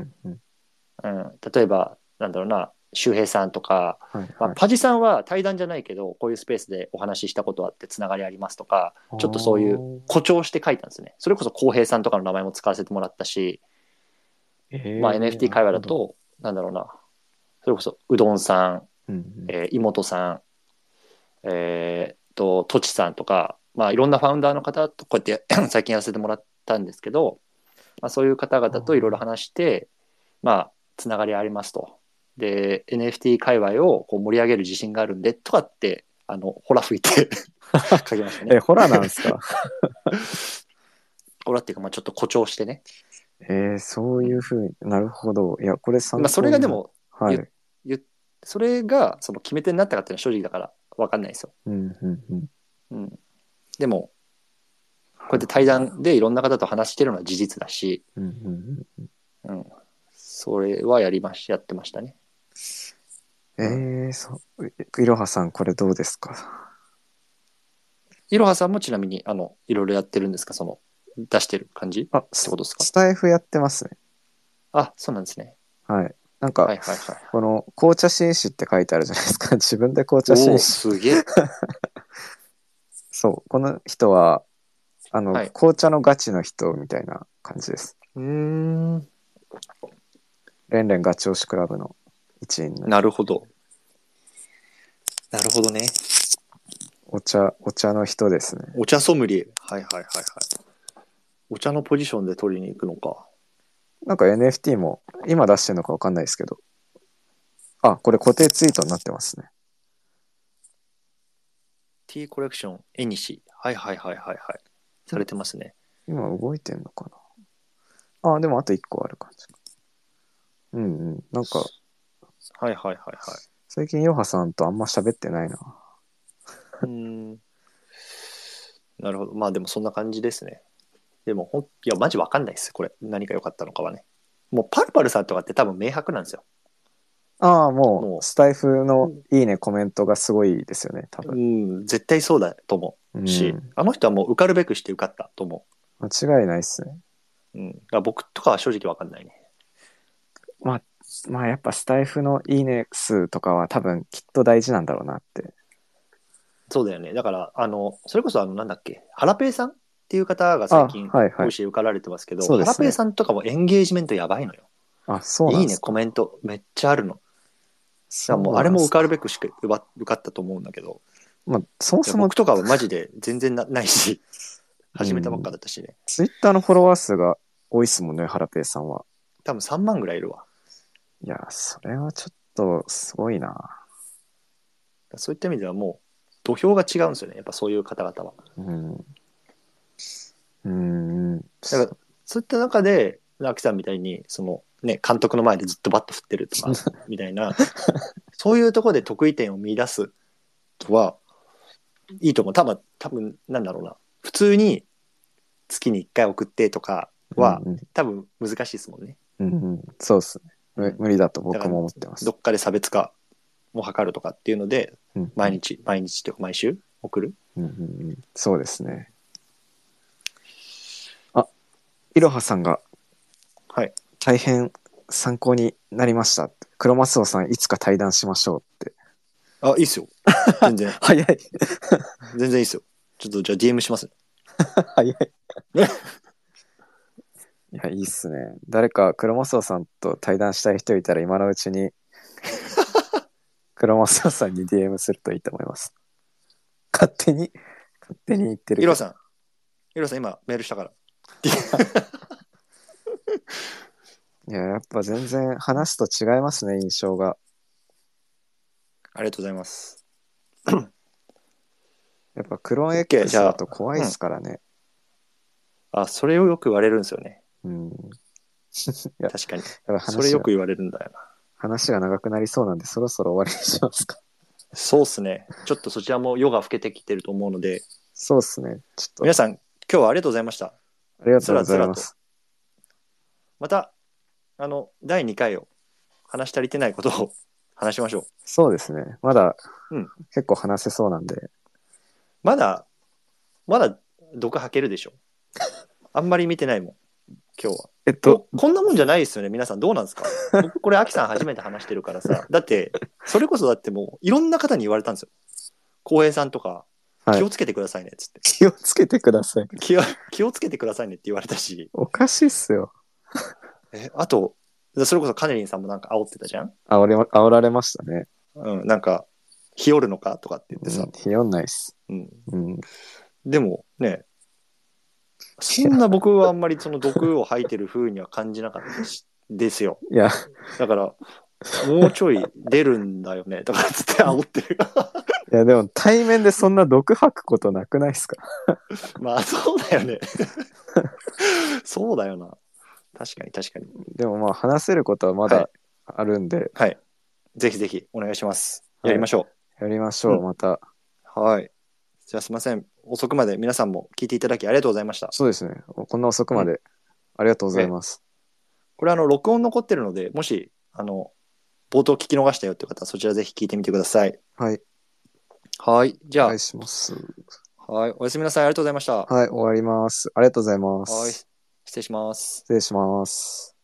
例えばなんだろうな、周平さんとか、パジさんは対談じゃないけどこういうスペースでお話ししたことあってつながりありますとか、ちょっとそういう誇張して書いたんですね。それこそ浩平さんとかの名前も使わせてもらったし、NFT 会話だとなんだろうな、それこそうどんさん、妹さん、とちさんとか、いろんなファウンダーの方とこうやって最近やらせてもらったんですけど、そういう方々といろいろ話してつながりありますと。で NFT 界隈をこう盛り上げる自信があるんでとかってホラ吹いて書きましたね。 ホラなんですか？ ホラっていうかちょっと誇張してね。 そういうふうになるほど。いやこれそれがでも、それがその決め手になったかっていうのは正直だから分かんないですよ。でもこうやって対談でいろんな方と話してるのは事実だし、それはやってましたね。 いろはさんこれどうですか？ いろはさんもちなみにいろいろやってるんですか？その出してる感じってことですか？ スタイフやってますね。 そうなんですね。 なんか、この紅茶紳士って書いてあるじゃないですか。自分で紅茶紳士。 すげえ。 そう、この人は紅茶のガチの人みたいな感じです。 レンレンガチ推しクラブの一員のなるほど。なるほどね。 お茶の人ですね。 お茶ソムリエ。はいはいはいはい。お茶のポジションで取りに行くのか。 なんか NFT も今出してるのかわかんないですけど。あ、これ固定ツイートになってますね。 T コレクション、絵にし。はいはいはいはいはい。されてますね。 今動いてんのかな。あ、でもあと1個ある感じ。うんうん。なんか、 はいはいはいはい。 最近ヨハさんとあんま喋ってないな。 なるほど。まあでもそんな感じですね。でもいや、マジわかんないです。これ。何が良かったのかはね。もうパルパルさんとかって多分明白なんですよ。 ああ、もう、スタイフのいいね、コメントがすごいですよね、多分。 絶対そうだと思うし、あの人はもう受かるべくして受かったと思う。間違いないっすね。 だから僕とかは正直わかんないね。 まあやっぱスタイフのいいね数とかは多分きっと大事なんだろうなって。 そうだよね。だから、それこそなんだっけ、ハラペイさんっていう方が最近、ボイシー受かられてますけど、ハラペイさんとかもエンゲージメントやばいのよ。 あ、そうなんですか。 いいね、コメントめっちゃあるの。だからもうあれも受かるべくして受かったと思うんだけど、 まあ、そもそも僕とかはマジで全然ないし、始めたばっかだったしね。 ツイッターのフォロワー数が多いっすもんね、ハラペイさんは。 多分3万ぐらいいるわ。 いや、それはちょっとすごいな。 そういった意味ではもう土俵が違うんですよね、やっぱそういう方々は。だからそういった中で、アキさんみたいに監督の前でずっとバット振ってるとかみたいなそういうところで得意点を見出すとはいいと思う。多分なんだろうな、普通に月に1回送ってとかは、多分難しいですもんね。 そうですね。無理だと僕も思ってます。 どっかで差別化を図るとかっていうので、毎日というか毎週送る。 そうですね。あ、いろはさんが、 はい、 大変参考になりました。黒マスオさんいつか対談しましょうって。 あ、いいっすよ。全然。 早い。 全然いいっすよ。ちょっとじゃあ DM しますね。 早い。いや、いいっすね。誰か黒マスオさんと対談したい人いたら今のうちに黒マスオさんに DM するといいと思います。勝手に言ってる。 イロさん今メールしたから。 いや、やっぱ全然話すと違いますね、印象が。 ありがとうございます。 やっぱクローン X だと怖いですからね。 あ、それをよく言われるんですよね。確かに。それよく言われるんだよな。 話が長くなりそうなんで、そろそろ終わりにしますか。 そうっすね。ちょっとそちらも夜が更けてきてると思うので。 そうっすね。ちょっと皆さん、今日はありがとうございました。 ありがとうございます。 また、第2回を話し足りてないことを話しましょう。 そうですね。まだ、結構話せそうなんで。 まだ毒吐けるでしょ。あんまり見てないもん、今日は。こんなもんじゃないですよね、皆さん。どうなんですか？僕これ、アキさん初めて話してるからさ。だって、それこそだってもう、いろんな方に言われたんですよ。浩平さんとか、気をつけてくださいね、つって。 気をつけてください。 気をつけてくださいねって言われたし。 おかしいっすよ。 あと、それこそカネリンさんもなんか煽ってたじゃん？ 煽られましたね。 なんか、日和るのかとかって言ってさ。 日和んないっす。 でもね、そんな僕はあんまりその毒を吐いてる風には感じなかったですよ。 いや。 だから、もうちょい出るんだよねとかつって煽ってる。 いやでも対面でそんな毒吐くことなくないですか？ まあそうだよね。そうだよな。確かに。 でもまあ話せることはまだあるんで。 はい。ぜひぜひお願いします。やりましょう。やりましょう、また。 はい。じゃあすいません。遅くまで皆さんも聞いていただきありがとうございました。 そうですね。こんな遅くまでありがとうございます。 これ録音残ってるので、もし冒頭聞き逃したよって方はそちらぜひ聞いてみてください。 はい。 はい。じゃあ。 お願いします。 はい。おやすみなさい。ありがとうございました。 はい。終わります。ありがとうございます。 はい。失礼します。 失礼します。